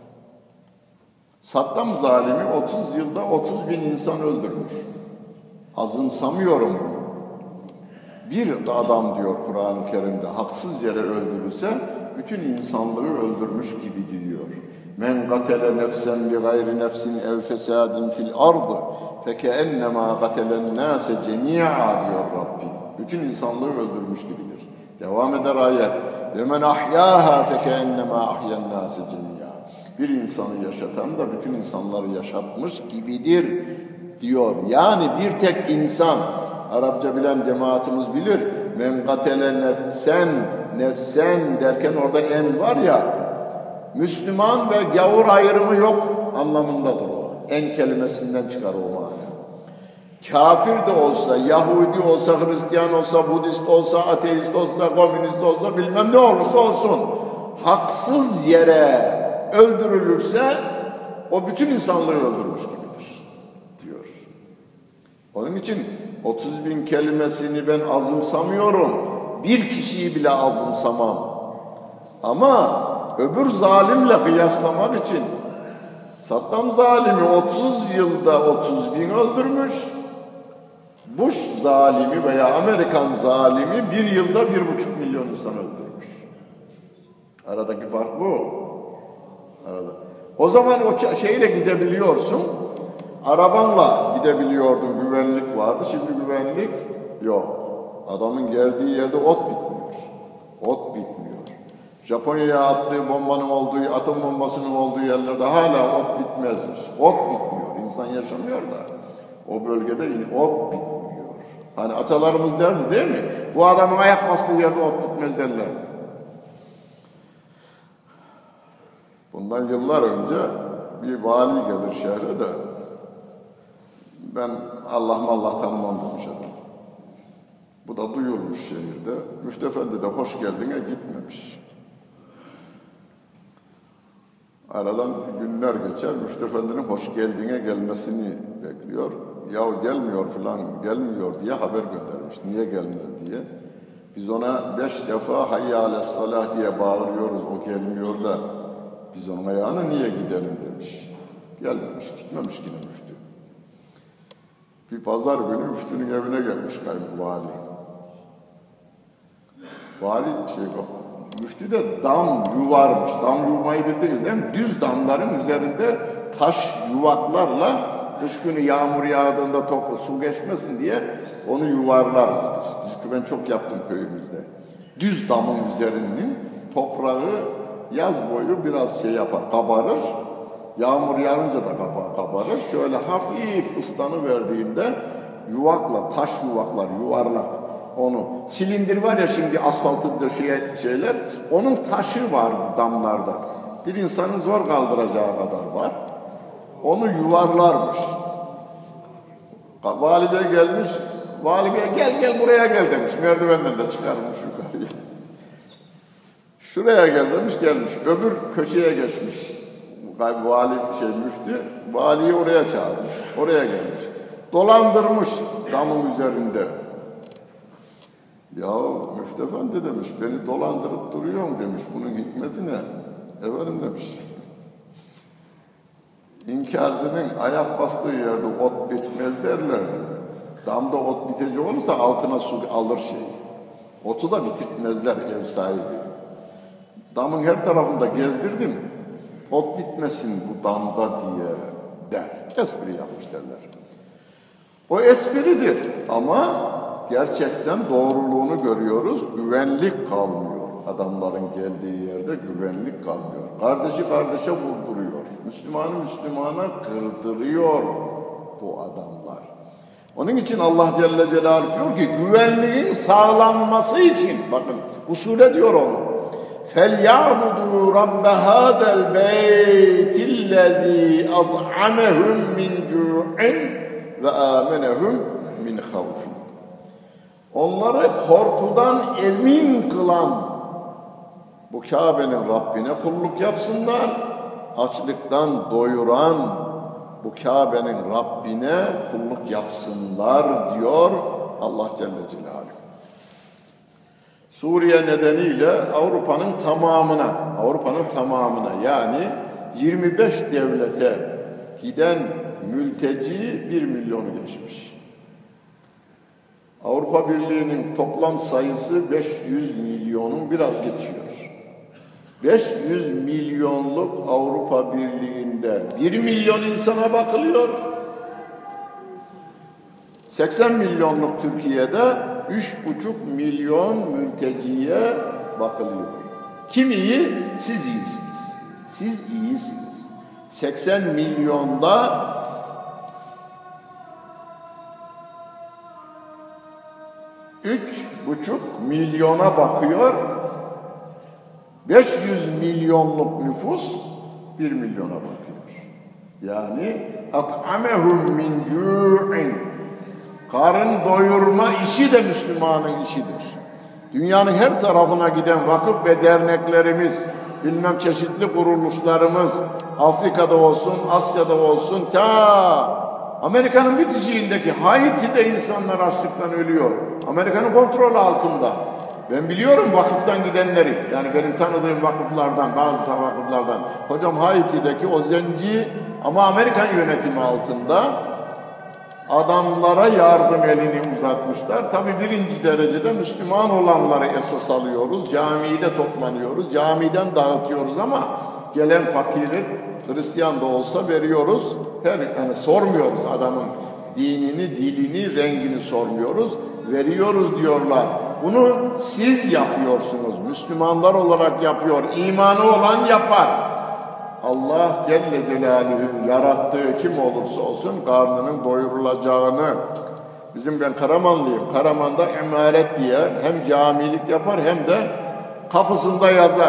Saddam zalimi 30 yılda 30 bin insan öldürmüş. Azımsamıyorum bunu. Bir adam diyor Kur'an-ı Kerim'de haksız yere öldürülse bütün insanlığı öldürmüş gibi diyor. Men gatele nefsen bi gayri nefsin ev fesadin fil ardı fekennema gatelen nase cemi'a diyor Rabbim. Bütün insanlığı öldürmüş gibidir. Devam eder ayet. Ve men ahyâhâ fekennemâ ahyen-nâse cemî'â. Bir insanı yaşatan da bütün insanları yaşatmış gibidir diyor. Yani bir tek insan, Arapça bilen cemaatimiz bilir. Men gatele nefsen derken orada en var ya, Müslüman ve gavur ayrımı yok anlamındadır o. En kelimesinden çıkar o mana. Kafir de olsa, Yahudi olsa, Hristiyan olsa, Budist olsa, ateist olsa, komünist olsa, bilmem ne olursa olsun, haksız yere öldürülürse o bütün insanlığı öldürmüş gibidir diyor. Onun için 30.000 kelimesini ben azımsamıyorum. Bir kişiyi bile azımsamam. Ama öbür zalimle kıyaslamak için Saddam zalimi 30 yılda 30.000 öldürmüş. Bush zalimi veya Amerikan zalimi bir yılda 1,5 milyon insan öldürmüş. Aradaki fark bu. Arada. O zaman o şeyle gidebiliyorsun. Arabanla gidebiliyordun. Güvenlik vardı. Şimdi güvenlik yok. Adamın geldiği yerde ot bitmiyor. Ot bitmiyor. Japonya'ya attığı bombanın olduğu, atom bombasının olduğu yerlerde hala ot bitmezmiş. Ot bitmiyor. İnsan yaşamıyor da o bölgede ot bitmiyor. Hani atalarımız derdi değil mi? Bu adamın ayak bastığı yerde ot bitmez derlerdi. Bundan yıllar önce bir vali gelir şehre de ben Allah tanımam demiş adam. Bu da duyulmuş şehirde. Müftü Efendi de hoş geldine gitmemiş. Aradan günler geçer, Müftü Efendi'nin hoş geldine gelmesini bekliyor. Ya gelmiyor falan, gelmiyor diye haber göndermiş. Niye gelmez diye. Biz ona 5 defa hayya ale's-salah diye bağırıyoruz, o gelmiyor da biz onun ayağına niye gidelim demiş. Gelmemiş, gitmemiş yine müftü. Bir pazar günü müftünün evine gelmiş vali. Müftü de dam yuvarmış. Dam yumayı bildiniz değil mi? Düz damların üzerinde taş yuvaklarla kış günü yağmur yağdığında su geçmesin diye onu yuvarlarız biz. Ben çok yaptım köyümüzde. Düz damın üzerinin toprağı yaz boyu biraz yapar, kabarır. Yağmur yağınca da kabarır. Şöyle hafif ıslanıverdiğinde yuvakla, taş yuvaklar, yuvarlak. Onu, silindir var ya şimdi asfaltı döşeyen şeyler, onun taşı vardı damlarda. Bir insanın zor kaldıracağı kadar var. Onu yuvarlarmış. Vali Bey gelmiş, Vali Bey gel buraya gel demiş. Merdivenden de çıkarmış yukarıya. Şuraya gel demiş, gelmiş. Öbür köşeye geçmiş. Müftü, valiyi oraya çağırmış. Oraya gelmiş. Dolandırmış damın üzerinde. Ya Müftü Efendi demiş, beni dolandırıp duruyorsun demiş. Bunun hikmeti ne? Efendim demiş. İnkarcının ayak bastığı yerde ot bitmez derlerdi. Damda ot bitecek olursa altına su alır şeyi. Otu da bitirtmezler ev sahibi. Damın her tarafında gezdirdim. Ot bitmesin bu damda diye der. Espri yapmış derler. O espridir ama gerçekten doğruluğunu görüyoruz. Güvenlik kalmıyor. Adamların geldiği yerde güvenlik kalmıyor. Kardeşi kardeşe vurduruyor. Müslümanı Müslümana kırdırıyor bu adamlar. Onun için Allah Celle Celaluhu diyor ki güvenliğin sağlanması için bakın usule diyor onu. فَلْيَعْبُدُوا رَبَّ هَذَا الْبَيْتِ الَّذ۪ي أَطْعَمَهُمْ مِنْ جُوعٍ وَآمَنَهُمْ مِنْ خَوْفٍ. Onları korkudan emin kılan bu Kabe'nin Rabbine kulluk yapsınlar. Açlıktan doyuran bu Kabe'nin Rabbine kulluk yapsınlar diyor Allah Celle Celaluhu. Suriye nedeniyle Avrupa'nın tamamına yani 25 devlete giden mülteci 1 milyonu geçmiş. Avrupa Birliği'nin toplam sayısı 500 milyonun biraz geçiyor. 500 milyonluk Avrupa Birliği'nde 1 milyon insana bakılıyor. 80 milyonluk Türkiye'de 3,5 milyon mülteciye bakılıyor. Kim iyi? Siz iyisiniz. Siz iyisiniz. 80 milyonda 3,5 milyona bakıyor. 500 milyonluk nüfus 1 milyona bakıyor. Yani at'amehum min cu'in. Karın doyurma işi de Müslümanın işidir. Dünyanın her tarafına giden vakıf ve derneklerimiz, bilmem çeşitli kuruluşlarımız, Afrika'da olsun, Asya'da olsun, ta Amerika'nın bitişiğindeki Haiti'de insanlar açlıktan ölüyor. Amerika'nın kontrolü altında. Ben biliyorum vakıftan gidenleri, yani benim tanıdığım vakıflardan, bazı vakıflardan. Hocam Haiti'deki o zenci ama Amerikan yönetimi altında adamlara yardım elini uzatmışlar. Tabii birinci derecede Müslüman olanları esas alıyoruz. Camide toplanıyoruz. Camiden dağıtıyoruz ama gelen fakiri Hristiyan da olsa veriyoruz. Yani sormuyoruz adamın dinini, dilini, rengini sormuyoruz. Veriyoruz diyorlar. Bunu siz yapıyorsunuz. Müslümanlar olarak yapıyor. İmanı olan yapar. Allah Celle Celaluhu yarattığı kim olursa olsun karnının doyurulacağını. Ben Karamanlıyım. Karaman'da emaret diye hem camilik yapar hem de kapısında yazar.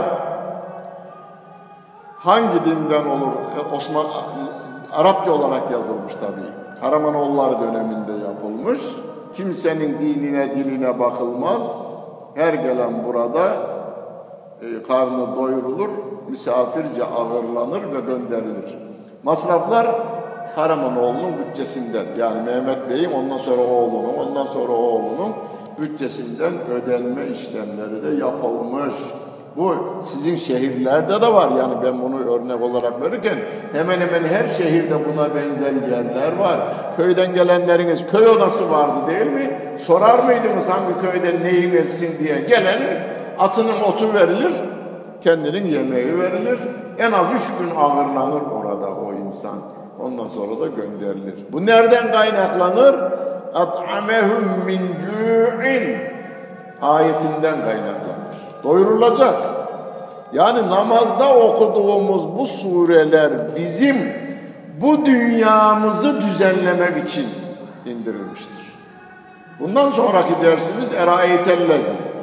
Hangi dinden olur? Arapça olarak yazılmış tabii. Karamanoğulları döneminde yapılmış. Kimsenin dinine, diline bakılmaz. Her gelen burada karnı doyurulur, misafirce ağırlanır ve gönderilir. Masraflar Karamanoğlu'nun bütçesinden, yani Mehmet Bey'in ondan sonra oğlunun bütçesinden ödenme işlemleri de yapılmış. Bu sizin şehirlerde de var, yani ben bunu örnek olarak verirken hemen hemen her şehirde buna benzer yerler var. Köyden gelenleriniz köy odası vardı değil mi? Sorar mıydınız hangi köyde neyi versin diye? Gelen atının otu verilir, kendinin yemeği verilir. En az 3 gün ağırlanır orada o insan. Ondan sonra da gönderilir. Bu nereden kaynaklanır? At'amehum min cu'in ayetinden kaynaklanır. Doyurulacak. Yani namazda okuduğumuz bu sureler bizim bu dünyamızı düzenlemek için indirilmiştir. Bundan sonraki dersimiz Eraeytellezi.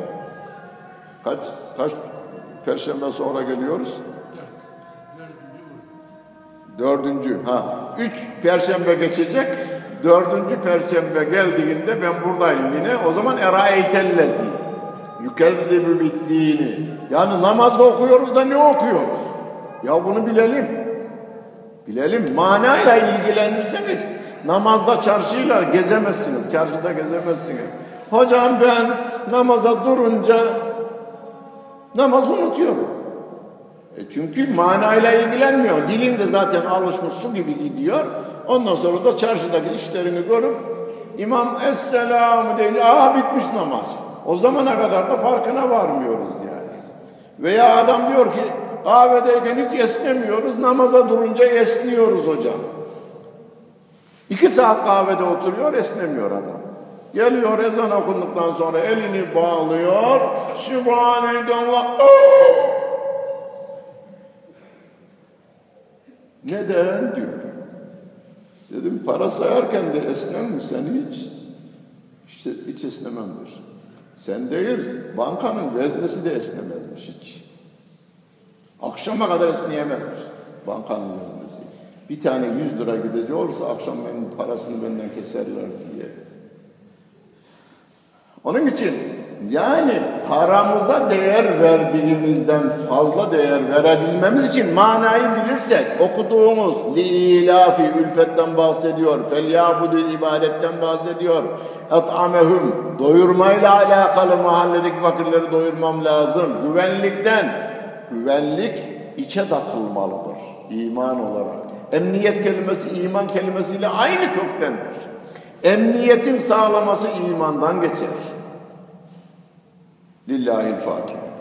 Kaç perşembe sonra geliyoruz? Dördüncü. 3 perşembe geçecek. 4. perşembe geldiğinde ben buradayım yine. O zaman Eraeytellezi. Yükezzibü biddini. Yani namazda okuyoruz da ne okuyoruz? Ya bunu bilelim. Bilelim. Manayla ilgilenmişseniz namazda çarşıyla gezemezsiniz. Çarşıda gezemezsiniz. Hocam ben namaza durunca namazı unutuyorum. Çünkü manayla ilgilenmiyor. Dilin de zaten alışmış su gibi gidiyor. Ondan sonra da çarşıdaki işlerini görüp imam Esselamu değil. Bitmiş namaz. O zamana kadar da farkına varmıyoruz yani. Veya adam diyor ki kahvedeyken hiç esnemiyoruz. Namaza durunca esniyoruz hocam. 2 saat kahvede oturuyor, esnemiyor adam. Geliyor ezan okunduktan sonra elini bağlıyor. Sübhanallah. Neden diyor. Dedim para sayarken de esner mi sen hiç? İşte hiç esnememdir. Sen değil, bankanın veznesi de esnemezmiş hiç. Akşama kadar esneyemezmiş bankanın veznesi. Bir tane 100 lira gideceği olursa akşam benim parasını benden keserler diye. Onun için yani paramıza değer verdiğimizden fazla değer verebilmemiz için manayı bilirsek, okuduğumuz lilafi ülfetten bahsediyor, felyabudu ibadetten bahsediyor, et'amehum doyurmayla alakalı mahalledeki fakirleri doyurmam lazım, güvenlik içe takılmalıdır iman olarak. Emniyet kelimesi iman kelimesiyle aynı köktendir. Emniyetin sağlaması imandan geçer. Lillahil Fatiha.